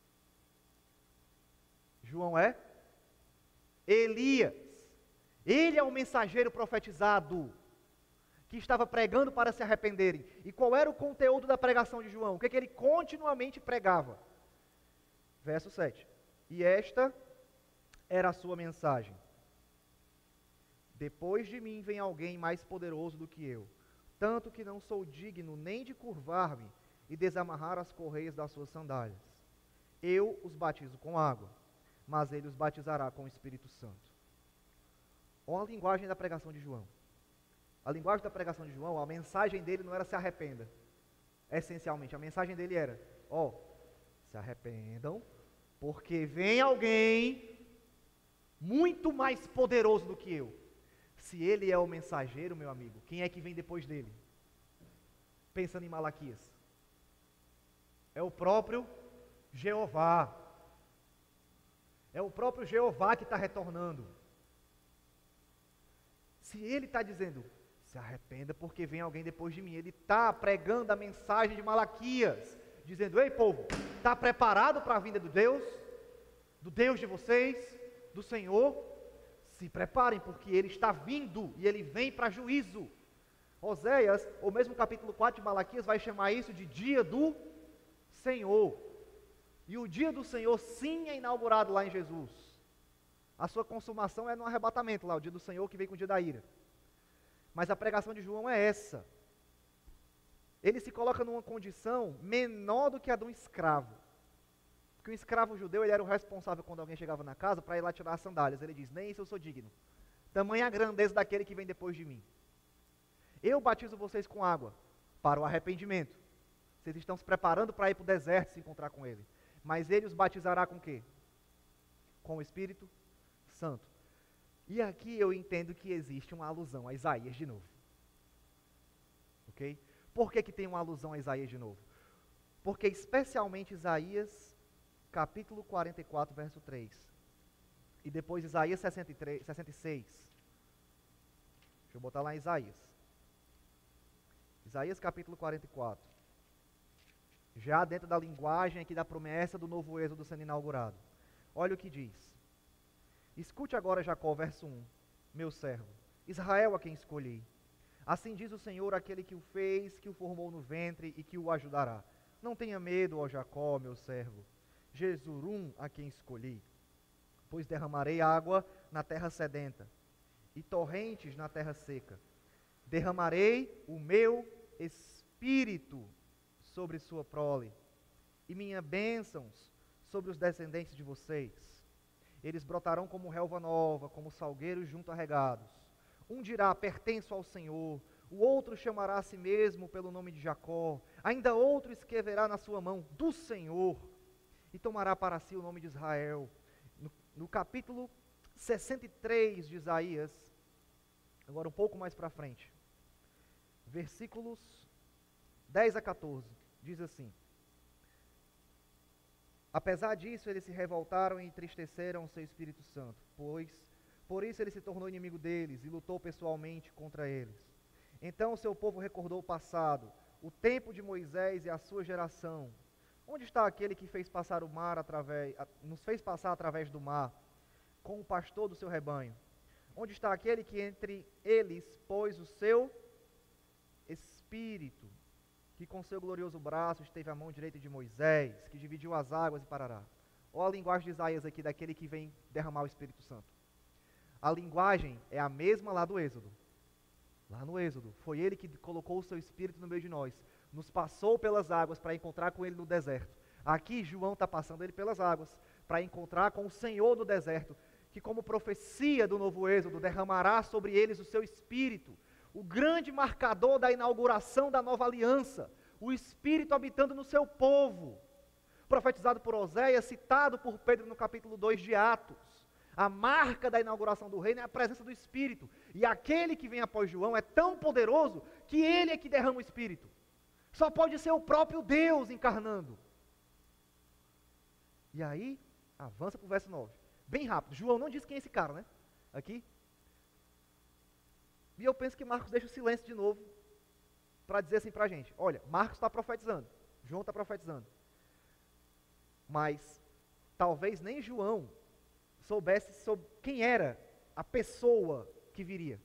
João é Elias. Ele é o mensageiro profetizado, que estava pregando para se arrependerem. E qual era o conteúdo da pregação de João? O que, é que ele continuamente pregava? Verso sete. E esta era a sua mensagem. Depois de mim vem alguém mais poderoso do que eu, tanto que não sou digno nem de curvar-me e desamarrar as correias das suas sandálias. Eu os batizo com água, mas ele os batizará com o Espírito Santo. Olha a linguagem da pregação de João. A linguagem da pregação de João, a mensagem dele não era se arrependa. Essencialmente, a mensagem dele era, ó, oh, se arrependam, porque vem alguém muito mais poderoso do que eu. Se ele é o mensageiro, meu amigo, quem é que vem depois dele? Pensando em Malaquias. É o próprio Jeová. É o próprio Jeová que está retornando. Se ele está dizendo, se arrependa porque vem alguém depois de mim, ele está pregando a mensagem de Malaquias, dizendo, ei povo, está preparado para a vinda do Deus? Do Deus de vocês? Do Senhor? Se preparem porque ele está vindo e ele vem para juízo. Oséias, ou mesmo capítulo quatro de Malaquias, vai chamar isso de dia do Senhor. E o dia do Senhor sim é inaugurado lá em Jesus. A sua consumação é no arrebatamento lá, o dia do Senhor que vem com o dia da ira. Mas a pregação de João é essa. Ele se coloca numa condição menor do que a de um escravo. Porque o escravo judeu, ele era o responsável quando alguém chegava na casa para ir lá tirar as sandálias. Ele diz, nem isso eu sou digno. Tamanha a grandeza daquele que vem depois de mim. Eu batizo vocês com água para o arrependimento. Vocês estão se preparando para ir para o deserto se encontrar com ele. Mas ele os batizará com o quê? Com o Espírito Santo. E aqui eu entendo que existe uma alusão a Isaías de novo. Ok? Por que que tem uma alusão a Isaías de novo? Porque especialmente Isaías, capítulo quarenta e quatro, verso três. E depois Isaías sessenta e três, sessenta e seis. Deixa eu botar lá em Isaías. Isaías capítulo quarenta e quatro. Já dentro da linguagem aqui da promessa do novo êxodo sendo inaugurado. Olha o que diz. Escute agora, Jacó, verso um. Meu servo, Israel a quem escolhi. Assim diz o Senhor, aquele que o fez, que o formou no ventre e que o ajudará. Não tenha medo, ó Jacó, meu servo. Jesurum a quem escolhi. Pois derramarei água na terra sedenta e torrentes na terra seca. Derramarei o meu espírito sobre sua prole e minhas bênçãos sobre os descendentes de vocês. Eles brotarão como relva nova, como salgueiros junto a regados. Um dirá, pertenço ao Senhor. O outro chamará a si mesmo pelo nome de Jacó. Ainda outro escreverá na sua mão, do Senhor, e tomará para si o nome de Israel. No, no capítulo sessenta e três de Isaías, agora um pouco mais para frente, versículos dez a quatorze, diz assim: apesar disso, eles se revoltaram e entristeceram o seu Espírito Santo, pois por isso ele se tornou inimigo deles e lutou pessoalmente contra eles. Então o seu povo recordou o passado, o tempo de Moisés e a sua geração. Onde está aquele que fez passar o mar através, nos fez passar através do mar, com o pastor do seu rebanho? Onde está aquele que entre eles pôs o seu Espírito, que com seu glorioso braço esteve à mão direita de Moisés, que dividiu as águas e parará? Olha a linguagem de Isaías aqui, daquele que vem derramar o Espírito Santo. A linguagem é a mesma lá do Êxodo. Lá no Êxodo, foi ele que colocou o seu Espírito no meio de nós, nos passou pelas águas para encontrar com ele no deserto. Aqui João está passando ele pelas águas, para encontrar com o Senhor no deserto, que como profecia do novo Êxodo, derramará sobre eles o seu Espírito, o grande marcador da inauguração da nova aliança, o Espírito habitando no seu povo, profetizado por Oséias, citado por Pedro no capítulo dois de Atos. A marca da inauguração do reino é a presença do Espírito, e aquele que vem após João é tão poderoso que ele é que derrama o Espírito. Só pode ser o próprio Deus encarnando. E aí, avança para o verso nove. Bem rápido. João não diz quem é esse cara, né? Aqui. E eu penso que Marcos deixa o silêncio de novo para dizer assim para a gente. Olha, Marcos está profetizando. João está profetizando. Mas talvez nem João soubesse sobre quem era a pessoa que viria.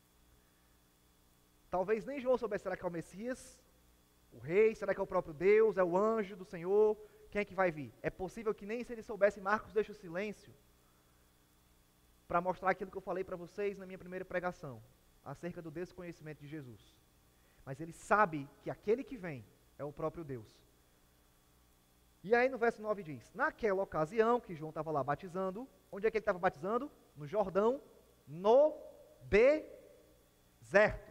Talvez nem João soubesse, será que é o Messias? O rei? Será que é o próprio Deus? É o anjo do Senhor? Quem é que vai vir? É possível que nem se ele soubesse, Marcos deixa o silêncio para mostrar aquilo que eu falei para vocês na minha primeira pregação, acerca do desconhecimento de Jesus. Mas ele sabe que aquele que vem é o próprio Deus. E aí no verso nove diz, naquela ocasião que João estava lá batizando, onde é que ele estava batizando? No Jordão, no deserto.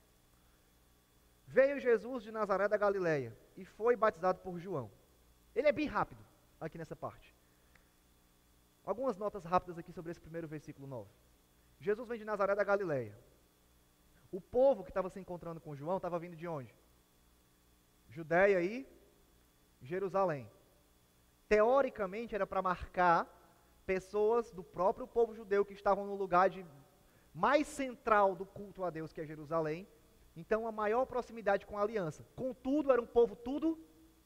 Veio Jesus de Nazaré da Galileia e foi batizado por João. Ele é bem rápido aqui nessa parte. Algumas notas rápidas aqui sobre esse primeiro versículo nove. Jesus vem de Nazaré da Galileia. O povo que estava se encontrando com João estava vindo de onde? Judéia e Jerusalém. Teoricamente era para marcar pessoas do próprio povo judeu que estavam no lugar de mais central do culto a Deus, que é Jerusalém. Então a maior proximidade com a aliança. Contudo, era um povo tudo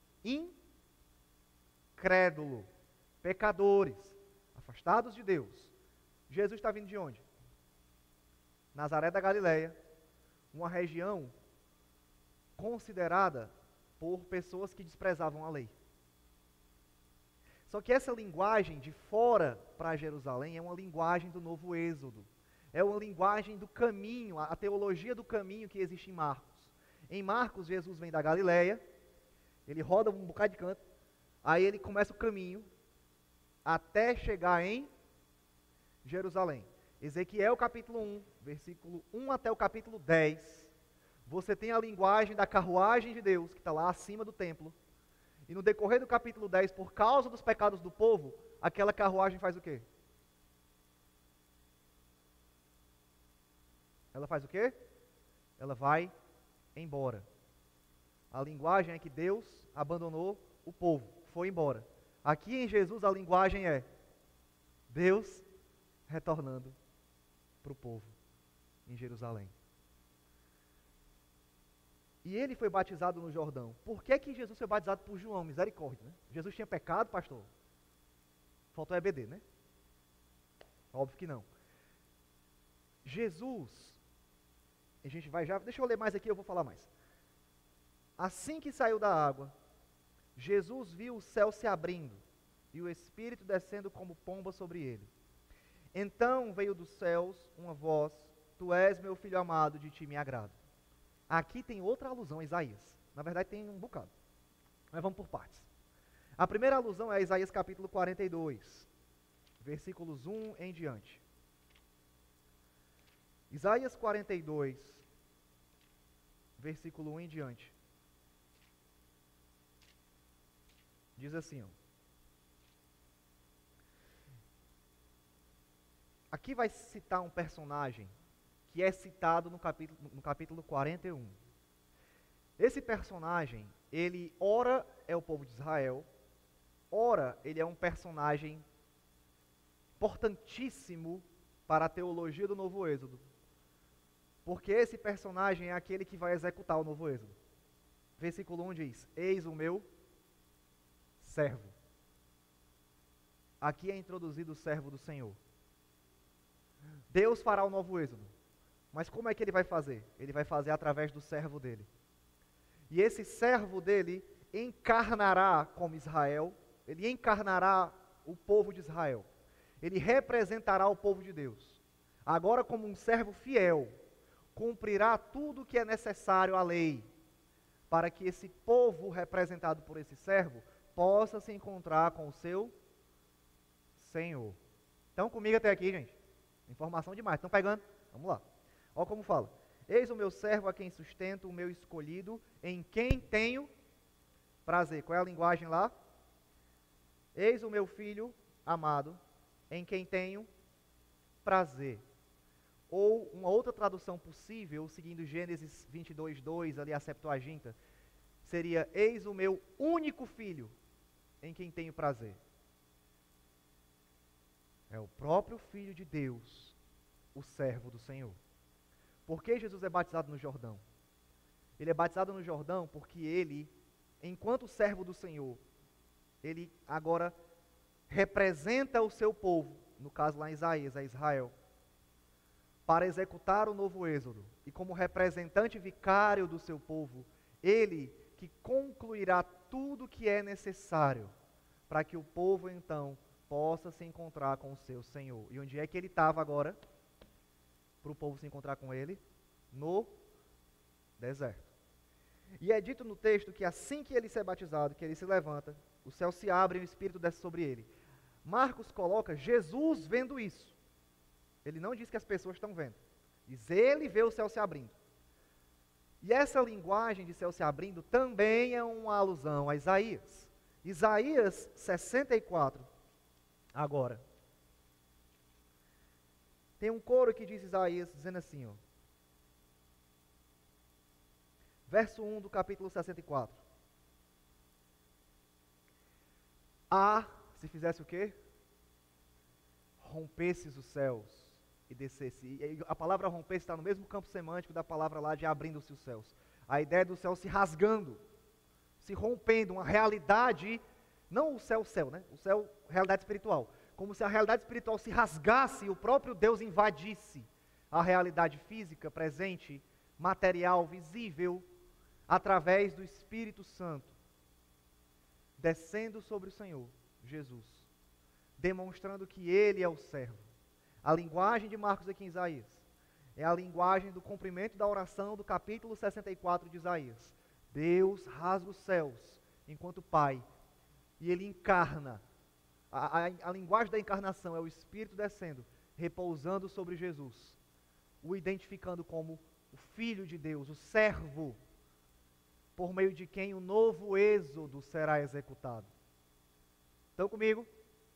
incrédulo, pecadores, afastados de Deus. Jesus está vindo de onde? Nazaré da Galileia, uma região considerada por pessoas que desprezavam a lei. Só que essa linguagem de fora para Jerusalém é uma linguagem do novo Êxodo. É uma linguagem do caminho, a teologia do caminho que existe em Marcos. Em Marcos, Jesus vem da Galileia, ele roda um bocado de canto, aí ele começa o caminho até chegar em Jerusalém. Ezequiel capítulo um, versículo um até o capítulo dez, você tem a linguagem da carruagem de Deus, que está lá acima do templo. E no decorrer do capítulo dez, por causa dos pecados do povo, aquela carruagem faz o quê? Ela faz o quê? Ela vai embora. A linguagem é que Deus abandonou o povo, foi embora. Aqui em Jesus a linguagem é Deus retornando para o povo. em Jerusalém. E ele foi batizado no Jordão. Por que que Jesus foi batizado por João? Misericórdia, né? Jesus tinha pecado, pastor? Faltou E B D, né? Óbvio que não. Jesus, a gente vai já, deixa eu ler mais aqui, eu vou falar mais. Assim que saiu da água, Jesus viu o céu se abrindo e o Espírito descendo como pomba sobre ele. Então veio dos céus uma voz: Tu és meu filho amado, de ti me agrado. Aqui tem outra alusão a Isaías. Na verdade tem um bocado. Mas vamos por partes. A primeira alusão é a Isaías capítulo quarenta e dois, versículos um em diante. Isaías quarenta e dois, versículo um em diante. Diz assim, ó. Aqui vai citar um personagem que é citado no capítulo, no capítulo quarenta e um. Esse personagem, ele ora é o povo de Israel, ora ele é um personagem importantíssimo para a teologia do Novo Êxodo. Porque esse personagem é aquele que vai executar o Novo Êxodo. Versículo um diz: Eis o meu servo. Aqui é introduzido o servo do Senhor. Deus fará o Novo Êxodo. Mas como é que ele vai fazer? Ele vai fazer através do servo dele. E esse servo dele encarnará como Israel, ele encarnará o povo de Israel. Ele representará o povo de Deus. Agora, como um servo fiel, cumprirá tudo o que é necessário à lei, para que esse povo representado por esse servo possa se encontrar com o seu Senhor. Então, comigo até aqui, gente. Informação demais. Estão pegando? Vamos lá. Olha como fala. Eis o meu servo a quem sustento, o meu escolhido, em quem tenho prazer. Qual é a linguagem lá? Eis o meu filho amado, em quem tenho prazer. Ou uma outra tradução possível, seguindo Gênesis vinte e dois, dois, ali a Septuaginta, seria: eis o meu único filho, em quem tenho prazer. É o próprio Filho de Deus, o servo do Senhor. Por que Jesus é batizado no Jordão? Ele é batizado no Jordão porque ele, enquanto servo do Senhor, ele agora representa o seu povo, no caso lá em Isaías, é Israel, para executar o novo êxodo. E como representante vicário do seu povo, ele que concluirá tudo o que é necessário para que o povo então possa se encontrar com o seu Senhor. E onde é que ele estava agora? Para o povo se encontrar com ele? No deserto. E é dito no texto que assim que ele se é batizado, que ele se levanta, o céu se abre e o Espírito desce sobre ele. Marcos coloca Jesus vendo isso. Ele não diz que as pessoas estão vendo. Diz ele vê o céu se abrindo. E essa linguagem de céu se abrindo também é uma alusão a Isaías. Isaías sessenta e quatro. Agora. Tem um coro que diz Isaías dizendo assim, ó. Verso um do capítulo sessenta e quatro. Ah, se fizesse o quê? Rompesses os céus e descesse. E a palavra romper está no mesmo campo semântico da palavra lá de abrindo-se os céus. A ideia do céu se rasgando, se rompendo, uma realidade, não o céu, céu, né? O céu, realidade espiritual. Como se a realidade espiritual se rasgasse e o próprio Deus invadisse a realidade física, presente, material, visível, através do Espírito Santo, descendo sobre o Senhor, Jesus, demonstrando que Ele é o servo. A linguagem de Marcos aqui em Isaías é a linguagem do cumprimento da oração do capítulo sessenta e quatro de Isaías. Deus rasga os céus enquanto Pai, e Ele encarna. A, a, a linguagem da encarnação é o Espírito descendo, repousando sobre Jesus, o identificando como o Filho de Deus, o servo, por meio de quem o novo êxodo será executado. Estão comigo?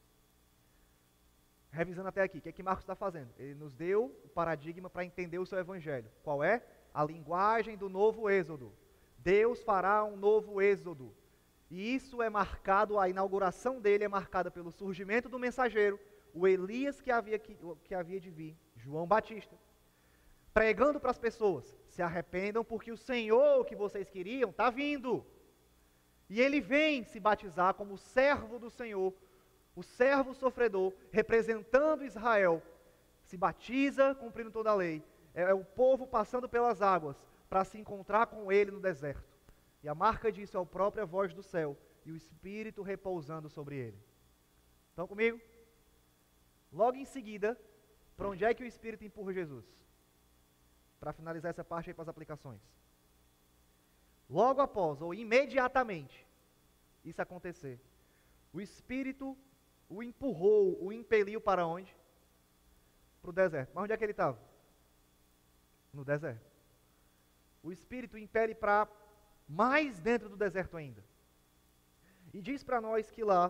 Revisando até aqui, o que é que Marcos está fazendo? Ele nos deu o paradigma para entender o seu evangelho. Qual é? A linguagem do novo êxodo. Deus fará um novo êxodo. E isso é marcado, a inauguração dele é marcada pelo surgimento do mensageiro, o Elias que havia, que, que havia de vir, João Batista, pregando para as pessoas: se arrependam porque o Senhor que vocês queriam está vindo. E ele vem se batizar como servo do Senhor, o servo sofredor, representando Israel, se batiza cumprindo toda a lei. É, é o povo passando pelas águas para se encontrar com ele no deserto. E a marca disso é a própria voz do céu e o Espírito repousando sobre ele. Estão comigo? Logo em seguida, para onde é que o Espírito empurra Jesus? Para finalizar essa parte aí para as aplicações. Logo após, ou imediatamente, isso acontecer, o Espírito o empurrou, o impeliu para onde? Para o deserto. Mas onde é que ele estava? No deserto. O Espírito o impele para mais dentro do deserto ainda. E diz para nós que lá,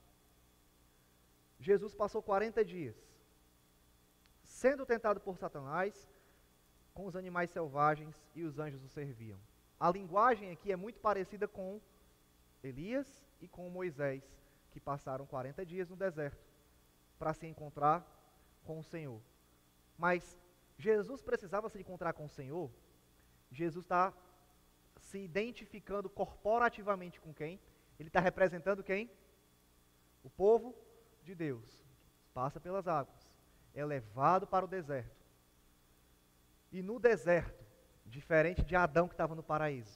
Jesus passou quarenta dias, sendo tentado por Satanás, com os animais selvagens, e os anjos o serviam. A linguagem aqui é muito parecida com Elias e com Moisés, que passaram quarenta dias no deserto para se encontrar com o Senhor. Mas Jesus precisava se encontrar com o Senhor. Jesus está se identificando corporativamente com quem? Ele está representando quem? O povo de Deus. Passa pelas águas, é levado para o deserto. E no deserto, diferente de Adão que estava no paraíso,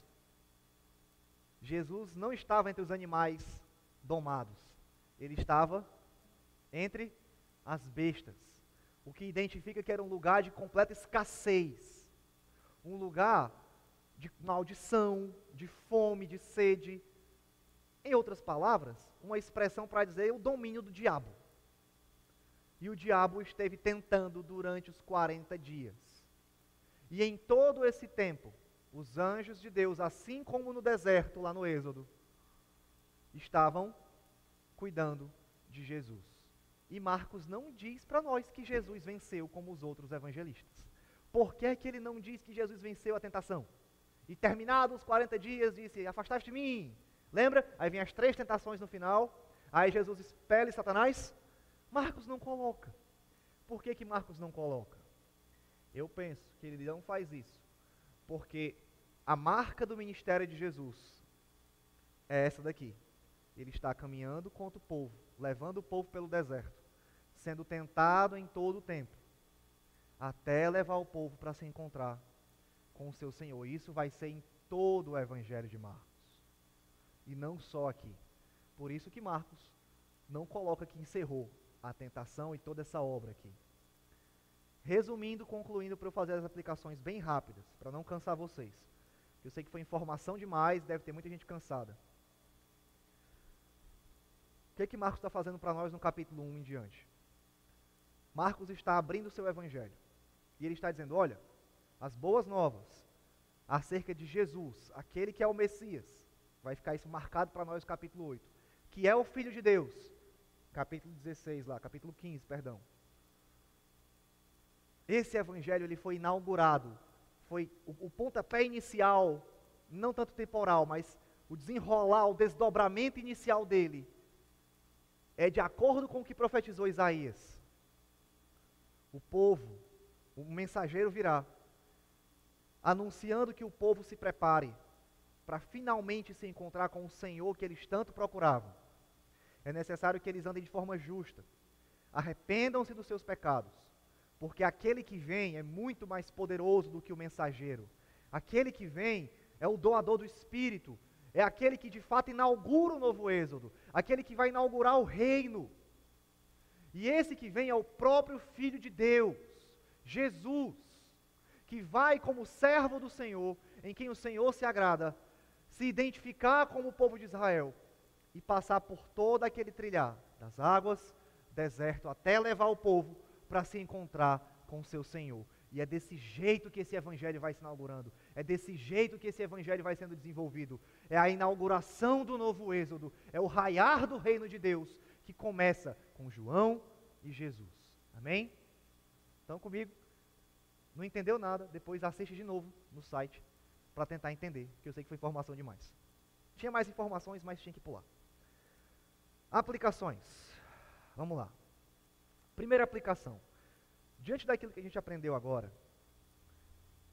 Jesus não estava entre os animais domados, ele estava entre as bestas, o que identifica que era um lugar de completa escassez, um lugar de maldição, de fome, de sede. Em outras palavras, uma expressão para dizer o domínio do diabo. E o diabo esteve tentando durante os quarenta dias. E em todo esse tempo, os anjos de Deus, assim como no deserto, lá no Êxodo, estavam cuidando de Jesus. E Marcos não diz para nós que Jesus venceu como os outros evangelistas. Por que é que ele não diz que Jesus venceu a tentação? E terminados os quarenta dias, disse: afastaste de mim. Lembra? Aí vem as três tentações no final. Aí Jesus expele Satanás. Marcos não coloca. Por que que Marcos não coloca? Eu penso que ele não faz isso porque a marca do ministério de Jesus é essa daqui. Ele está caminhando contra o povo, levando o povo pelo deserto, sendo tentado em todo o tempo, até levar o povo para se encontrar com o seu Senhor. Isso vai ser em todo o evangelho de Marcos, e não só aqui. Por isso que Marcos não coloca que encerrou a tentação e toda essa obra aqui. Resumindo, concluindo, para eu fazer as aplicações bem rápidas, para não cansar vocês. Eu sei que foi informação demais, deve ter muita gente cansada. O que é que Marcos está fazendo para nós no capítulo um em diante? Marcos está abrindo o seu evangelho. E ele está dizendo: olha, as boas novas acerca de Jesus, aquele que é o Messias, vai ficar isso marcado para nós no capítulo oito, que é o Filho de Deus, capítulo dezesseis lá, capítulo quinze, perdão. Esse evangelho ele foi inaugurado, foi o, o pontapé inicial, não tanto temporal, mas o desenrolar, o desdobramento inicial dele, é de acordo com o que profetizou Isaías. O povo, o mensageiro virá, anunciando que o povo se prepare para finalmente se encontrar com o Senhor que eles tanto procuravam. É necessário que eles andem de forma justa, arrependam-se dos seus pecados, porque aquele que vem é muito mais poderoso do que o mensageiro. Aquele que vem é o doador do Espírito, é aquele que de fato inaugura o novo Êxodo, aquele que vai inaugurar o reino. E esse que vem é o próprio Filho de Deus, Jesus, que vai como servo do Senhor, em quem o Senhor se agrada, se identificar como o povo de Israel e passar por todo aquele trilhar das águas, deserto, até levar o povo para se encontrar com o seu Senhor. E é desse jeito que esse evangelho vai se inaugurando, é desse jeito que esse evangelho vai sendo desenvolvido. É a inauguração do novo Êxodo, é o raiar do reino de Deus, que começa com João e Jesus. Amém? Estão comigo? Não entendeu nada? Depois assiste de novo no site para tentar entender, que eu sei que foi informação demais. Tinha mais informações, mas tinha que pular. Aplicações. Vamos lá. Primeira aplicação. Diante daquilo que a gente aprendeu agora,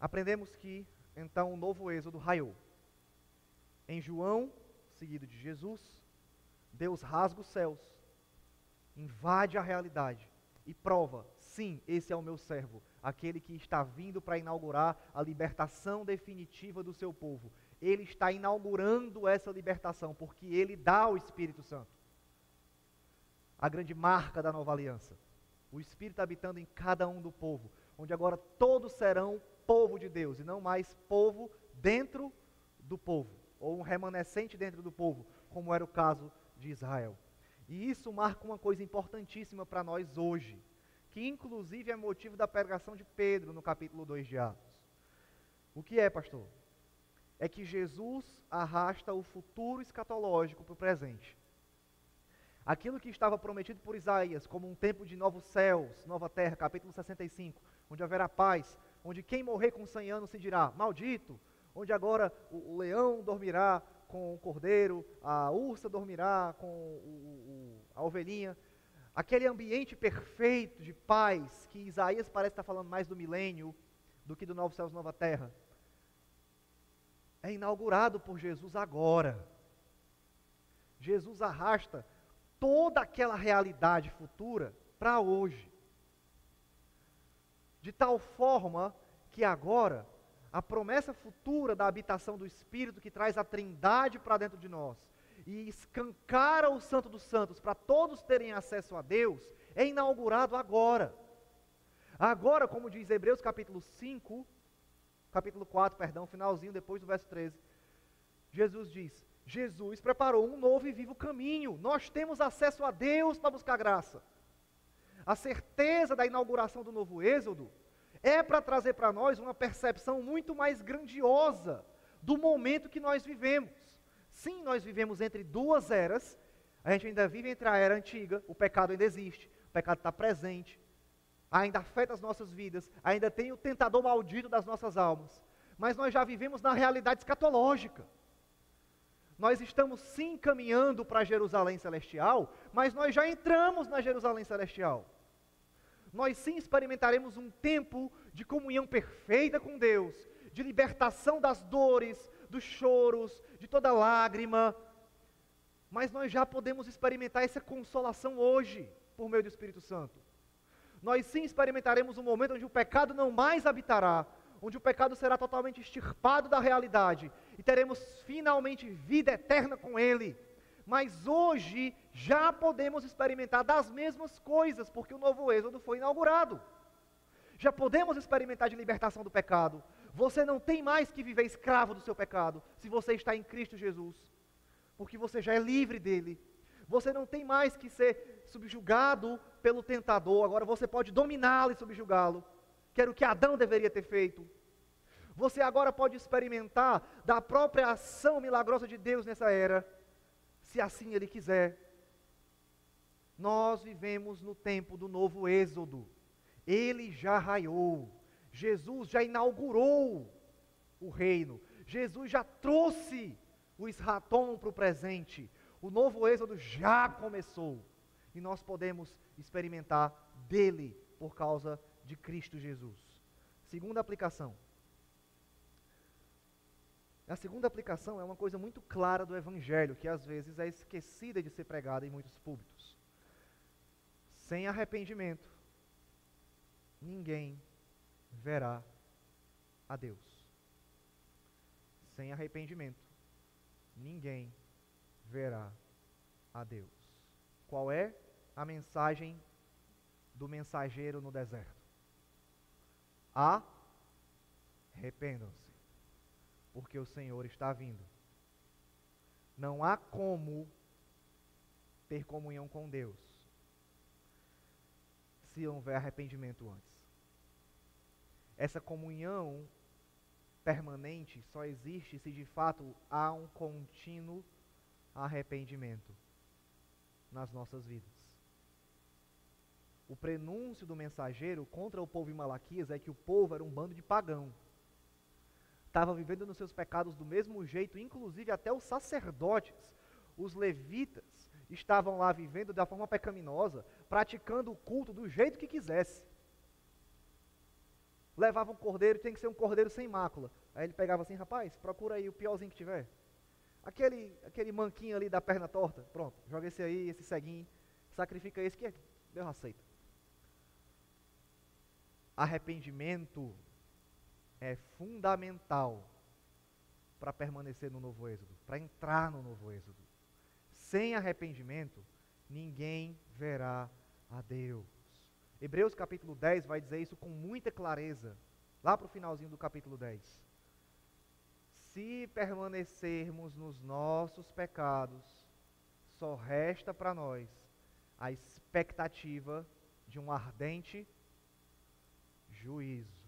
aprendemos que, então, o novo êxodo raiou. Em João, seguido de Jesus, Deus rasga os céus, invade a realidade e prova, sim, esse é o meu servo, aquele que está vindo para inaugurar a libertação definitiva do seu povo. Ele está inaugurando essa libertação, porque Ele dá o Espírito Santo. A grande marca da nova aliança. O Espírito habitando em cada um do povo, onde agora todos serão povo de Deus, e não mais povo dentro do povo, ou um remanescente dentro do povo, como era o caso de Israel. E isso marca uma coisa importantíssima para nós hoje, que inclusive é motivo da pregação de Pedro no capítulo dois de Atos. O que é, pastor? É que Jesus arrasta o futuro escatológico para o presente. Aquilo que estava prometido por Isaías, como um tempo de novos céus, nova terra, capítulo sessenta e cinco, onde haverá paz, onde quem morrer com cem anos se dirá, maldito, onde agora o, o leão dormirá com o cordeiro, a ursa dormirá com o, o, a ovelhinha, aquele ambiente perfeito de paz, que Isaías parece estar falando mais do milênio, do que do novo céus, nova terra, é inaugurado por Jesus agora. Jesus arrasta toda aquela realidade futura para hoje. De tal forma que agora, a promessa futura da habitação do Espírito que traz a Trindade para dentro de nós e escancara o Santo dos Santos para todos terem acesso a Deus, é inaugurado agora. Agora, como diz Hebreus capítulo cinco, capítulo quatro, perdão, finalzinho depois do verso treze, Jesus diz, Jesus preparou um novo e vivo caminho, nós temos acesso a Deus para buscar graça. A certeza da inauguração do novo êxodo é para trazer para nós uma percepção muito mais grandiosa do momento que nós vivemos. Sim, nós vivemos entre duas eras, a gente ainda vive entre a era antiga, o pecado ainda existe, o pecado está presente, ainda afeta as nossas vidas, ainda tem o tentador maldito das nossas almas, mas nós já vivemos na realidade escatológica. Nós estamos sim caminhando para a Jerusalém Celestial, mas nós já entramos na Jerusalém Celestial. Nós sim experimentaremos um tempo de comunhão perfeita com Deus, de libertação das dores, dos choros, de toda lágrima, mas nós já podemos experimentar essa consolação hoje, por meio do Espírito Santo. Nós sim experimentaremos um momento onde o pecado não mais habitará, onde o pecado será totalmente extirpado da realidade, e teremos finalmente vida eterna com Ele. Mas hoje já podemos experimentar das mesmas coisas, porque o novo êxodo foi inaugurado. Já podemos experimentar de libertação do pecado. Você não tem mais que viver escravo do seu pecado, se você está em Cristo Jesus, porque você já é livre dele. Você não tem mais que ser subjugado pelo tentador, agora você pode dominá-lo e subjugá-lo, que era o que Adão deveria ter feito. Você agora pode experimentar da própria ação milagrosa de Deus nessa era, se assim Ele quiser. Nós vivemos no tempo do novo êxodo. Ele já raiou. Jesus já inaugurou o reino. Jesus já trouxe o Esratom para o presente. O novo êxodo já começou. E nós podemos experimentar dele por causa de Cristo Jesus. Segunda aplicação. A segunda aplicação é uma coisa muito clara do Evangelho, que às vezes é esquecida de ser pregada em muitos púlpitos. Sem arrependimento, ninguém verá a Deus. Sem arrependimento, ninguém verá a Deus. Qual é a mensagem do mensageiro no deserto? Arrependam-se, porque o Senhor está vindo. Não há como ter comunhão com Deus se não houver arrependimento antes. Essa comunhão permanente só existe se de fato há um contínuo arrependimento nas nossas vidas. O prenúncio do mensageiro contra o povo em Malaquias é que o povo era um bando de pagão. Estava vivendo nos seus pecados do mesmo jeito, inclusive até os sacerdotes, os levitas, estavam lá vivendo da forma pecaminosa, praticando o culto do jeito que quisesse. levava um cordeiro, tem que ser um cordeiro sem mácula. Aí ele pegava assim, rapaz, procura aí o piorzinho que tiver. Aquele, aquele manquinho ali da perna torta, pronto, joga esse aí, esse ceguinho, sacrifica esse que é, Deus aceita. Arrependimento é fundamental para permanecer no novo êxodo, para entrar no novo êxodo. Sem arrependimento, ninguém verá a Deus. Hebreus capítulo dez vai dizer isso com muita clareza, lá para o finalzinho do capítulo dez. Se permanecermos nos nossos pecados, só resta para nós a expectativa de um ardente juízo.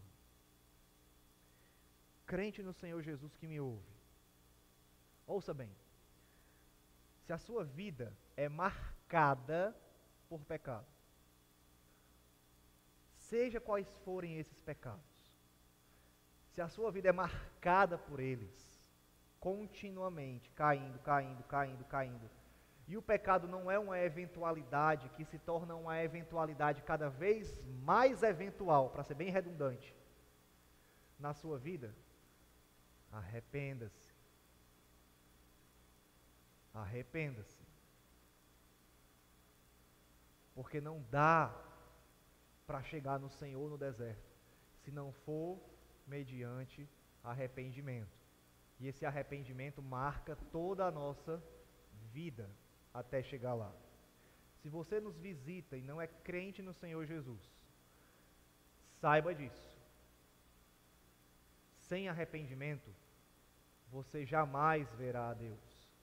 Crente no Senhor Jesus que me ouve, ouça bem, se a sua vida é marcada por pecado, seja quais forem esses pecados, se a sua vida é marcada por eles, continuamente, caindo, caindo, caindo, caindo, e o pecado não é uma eventualidade que se torna uma eventualidade cada vez mais eventual, para ser bem redundante, na sua vida, arrependa-se. Arrependa-se. Porque não dá para chegar no Senhor no deserto, se não for mediante arrependimento. E esse arrependimento marca toda a nossa vida até chegar lá. Se você nos visita e não é crente no Senhor Jesus, saiba disso. Sem arrependimento, você jamais verá a Deus.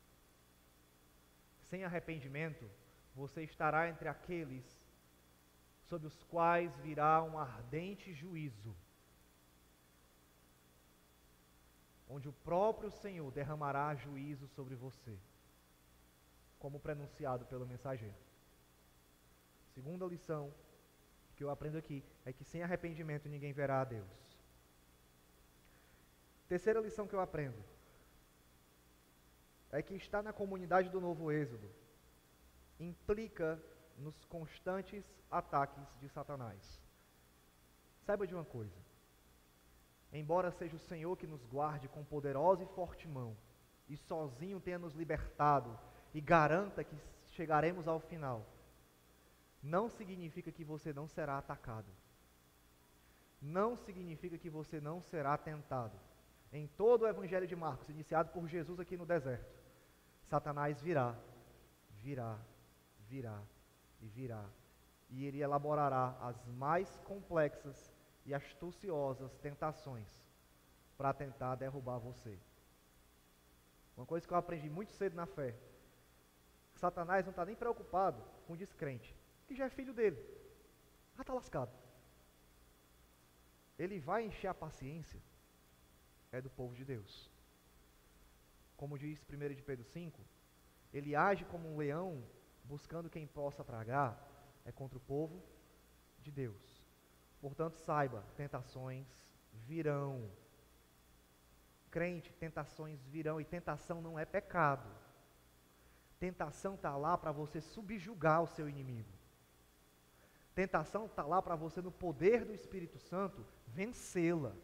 Sem arrependimento, você estará entre aqueles sobre os quais virá um ardente juízo, onde o próprio Senhor derramará juízo sobre você, como pronunciado pelo mensageiro. Segunda lição que eu aprendo aqui é que sem arrependimento ninguém verá a Deus. Terceira lição que eu aprendo é que estar na comunidade do novo êxodo implica nos constantes ataques de Satanás. Saiba de uma coisa, embora seja o Senhor que nos guarde com poderosa e forte mão, e sozinho tenha nos libertado, e garanta que chegaremos ao final, não significa que você não será atacado. Não significa que você não será tentado. Em todo o Evangelho de Marcos, iniciado por Jesus aqui no deserto, Satanás virá, virá, virá e virá. E ele elaborará as mais complexas e astuciosas tentações para tentar derrubar você. Uma coisa que eu aprendi muito cedo na fé, Satanás não está nem preocupado com o descrente, que já é filho dele, já está lascado. Ele vai encher a paciência é do povo de Deus. Como diz primeiro de Pedro cinco, ele age como um leão buscando quem possa tragar, é contra o povo de Deus. Portanto, saiba, tentações virão. Crente, tentações virão, e tentação não é pecado. Tentação está lá para você subjugar o seu inimigo. Tentação está lá para você, no poder do Espírito Santo, vencê-la.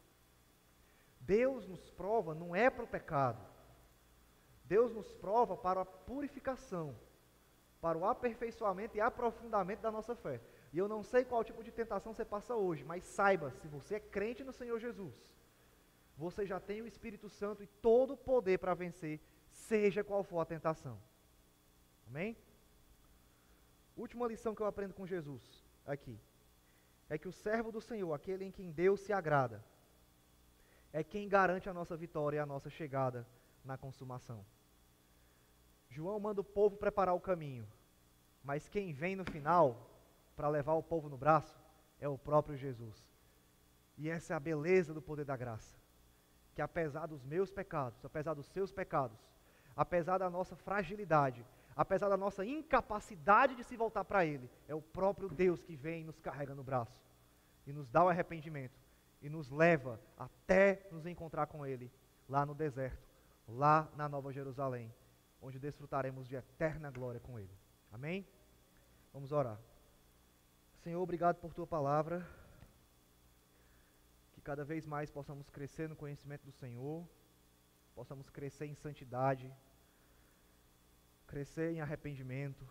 Deus nos prova não é para o pecado. Deus nos prova para a purificação, para o aperfeiçoamento e aprofundamento da nossa fé. E eu não sei qual tipo de tentação você passa hoje, mas saiba, se você é crente no Senhor Jesus, você já tem o Espírito Santo e todo o poder para vencer, seja qual for a tentação. Amém? Última lição que eu aprendo com Jesus aqui, é que o servo do Senhor, aquele em quem Deus se agrada, é quem garante a nossa vitória e a nossa chegada na consumação. João manda o povo preparar o caminho, mas quem vem no final para levar o povo no braço é o próprio Jesus. E essa é a beleza do poder da graça, que apesar dos meus pecados, apesar dos seus pecados, apesar da nossa fragilidade, apesar da nossa incapacidade de se voltar para Ele, é o próprio Deus que vem e nos carrega no braço, e nos dá o arrependimento, e nos leva até nos encontrar com Ele, lá no deserto, lá na Nova Jerusalém, onde desfrutaremos de eterna glória com Ele. Amém? Vamos orar. Senhor, obrigado por Tua palavra. cada vez mais possamos crescer no conhecimento do Senhor, possamos crescer em santidade, crescer em arrependimento,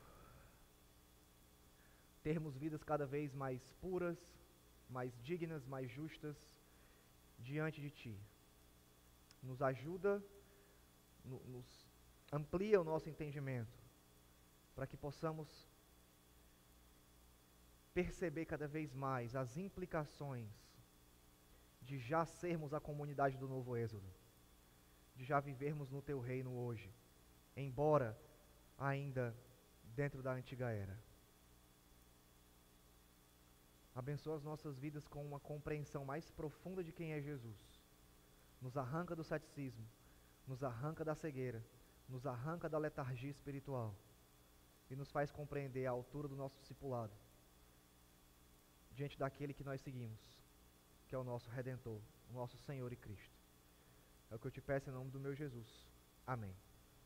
termos vidas cada vez mais puras, mais dignas, mais justas diante de Ti. Nos ajuda, no, nos amplia o nosso entendimento, para que possamos perceber cada vez mais as implicações de já sermos a comunidade do novo Êxodo, de já vivermos no Teu reino hoje, embora ainda dentro da antiga era. Abençoa as nossas vidas com uma compreensão mais profunda de quem é Jesus. Nos arranca do ceticismo, nos arranca da cegueira, nos arranca da letargia espiritual e nos faz compreender a altura do nosso discipulado diante daquele que nós seguimos, que é o nosso Redentor, o nosso Senhor e Cristo. É o que eu te peço em nome do meu Jesus. Amém.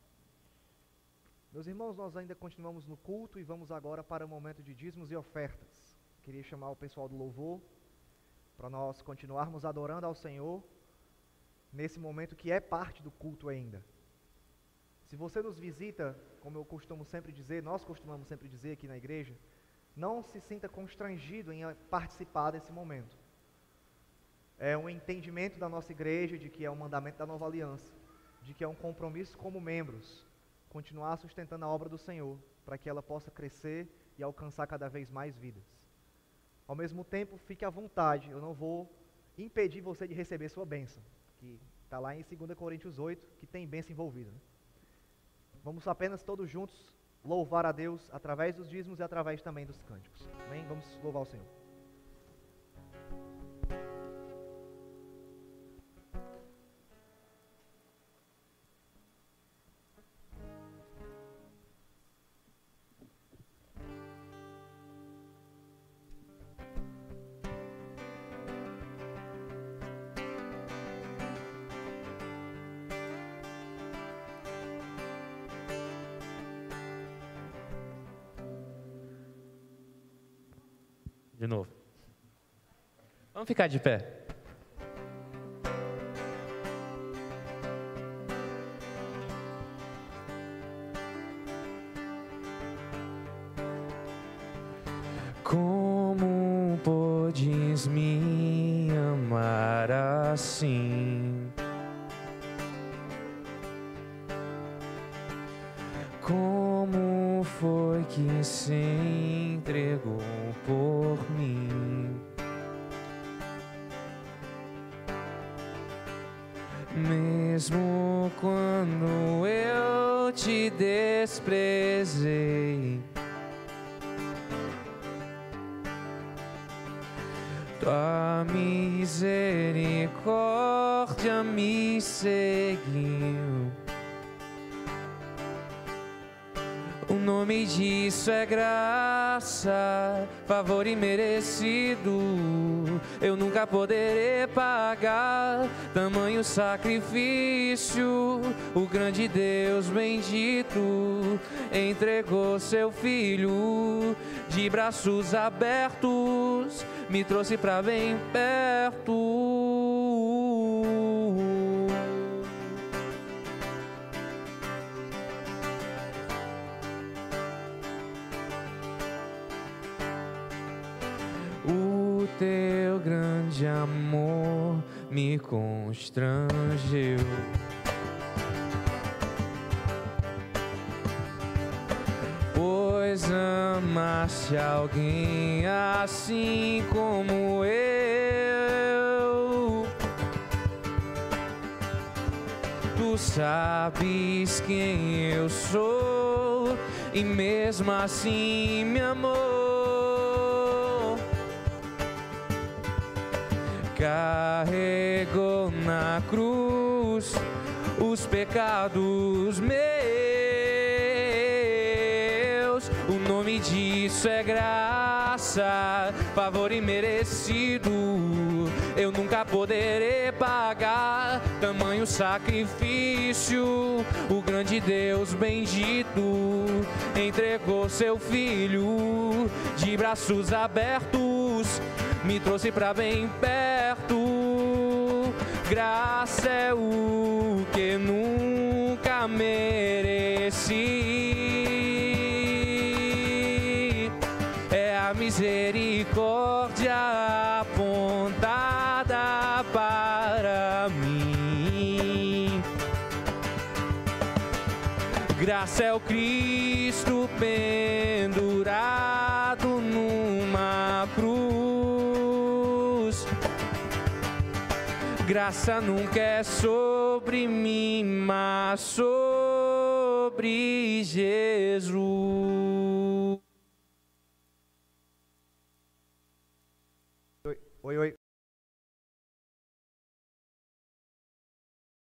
Meus irmãos, nós ainda continuamos no culto e vamos agora para o momento de dízimos e ofertas. Queria chamar o pessoal do louvor para nós continuarmos adorando ao Senhor nesse momento que é parte do culto ainda. Se você nos visita, como eu costumo sempre dizer, nós costumamos sempre dizer aqui na igreja, não se sinta constrangido em participar desse momento. É um entendimento da nossa igreja de que é um mandamento da nova aliança, de que é um compromisso como membros, continuar sustentando a obra do Senhor, para que ela possa crescer e alcançar cada vez mais vidas. Ao mesmo tempo, fique à vontade, eu não vou impedir você de receber sua bênção, que está lá em segunda Coríntios oito, que tem bênção envolvida. Né? Vamos apenas todos juntos louvar a Deus através dos dízimos e através também dos cânticos. Amém? Vamos louvar o Senhor. De novo. Vamos ficar de pé. Como podes me amar assim? Como foi que se entregou por mim? Mesmo quando eu te desprezei, tua misericórdia me seguiu. O nome disso é graça, favor imerecido. Eu nunca poderei pagar tamanho sacrifício. O grande Deus bendito entregou seu Filho de braços abertos, me trouxe pra bem perto. O teu grande amor me constrangeu. Pois amaste alguém assim como eu. Tu sabes quem eu sou e mesmo assim me amou. Carregou na cruz os pecados meus. O nome disso é graça, favor imerecido. Eu nunca poderei pagar tamanho sacrifício. O grande Deus bendito entregou seu Filho de braços abertos, me trouxe pra bem perto. Graça é o que nunca mereci. É a misericórdia apontada para mim. Graça é o Cristo pendurado numa cruz. Graça nunca é sobre mim, mas sobre Jesus.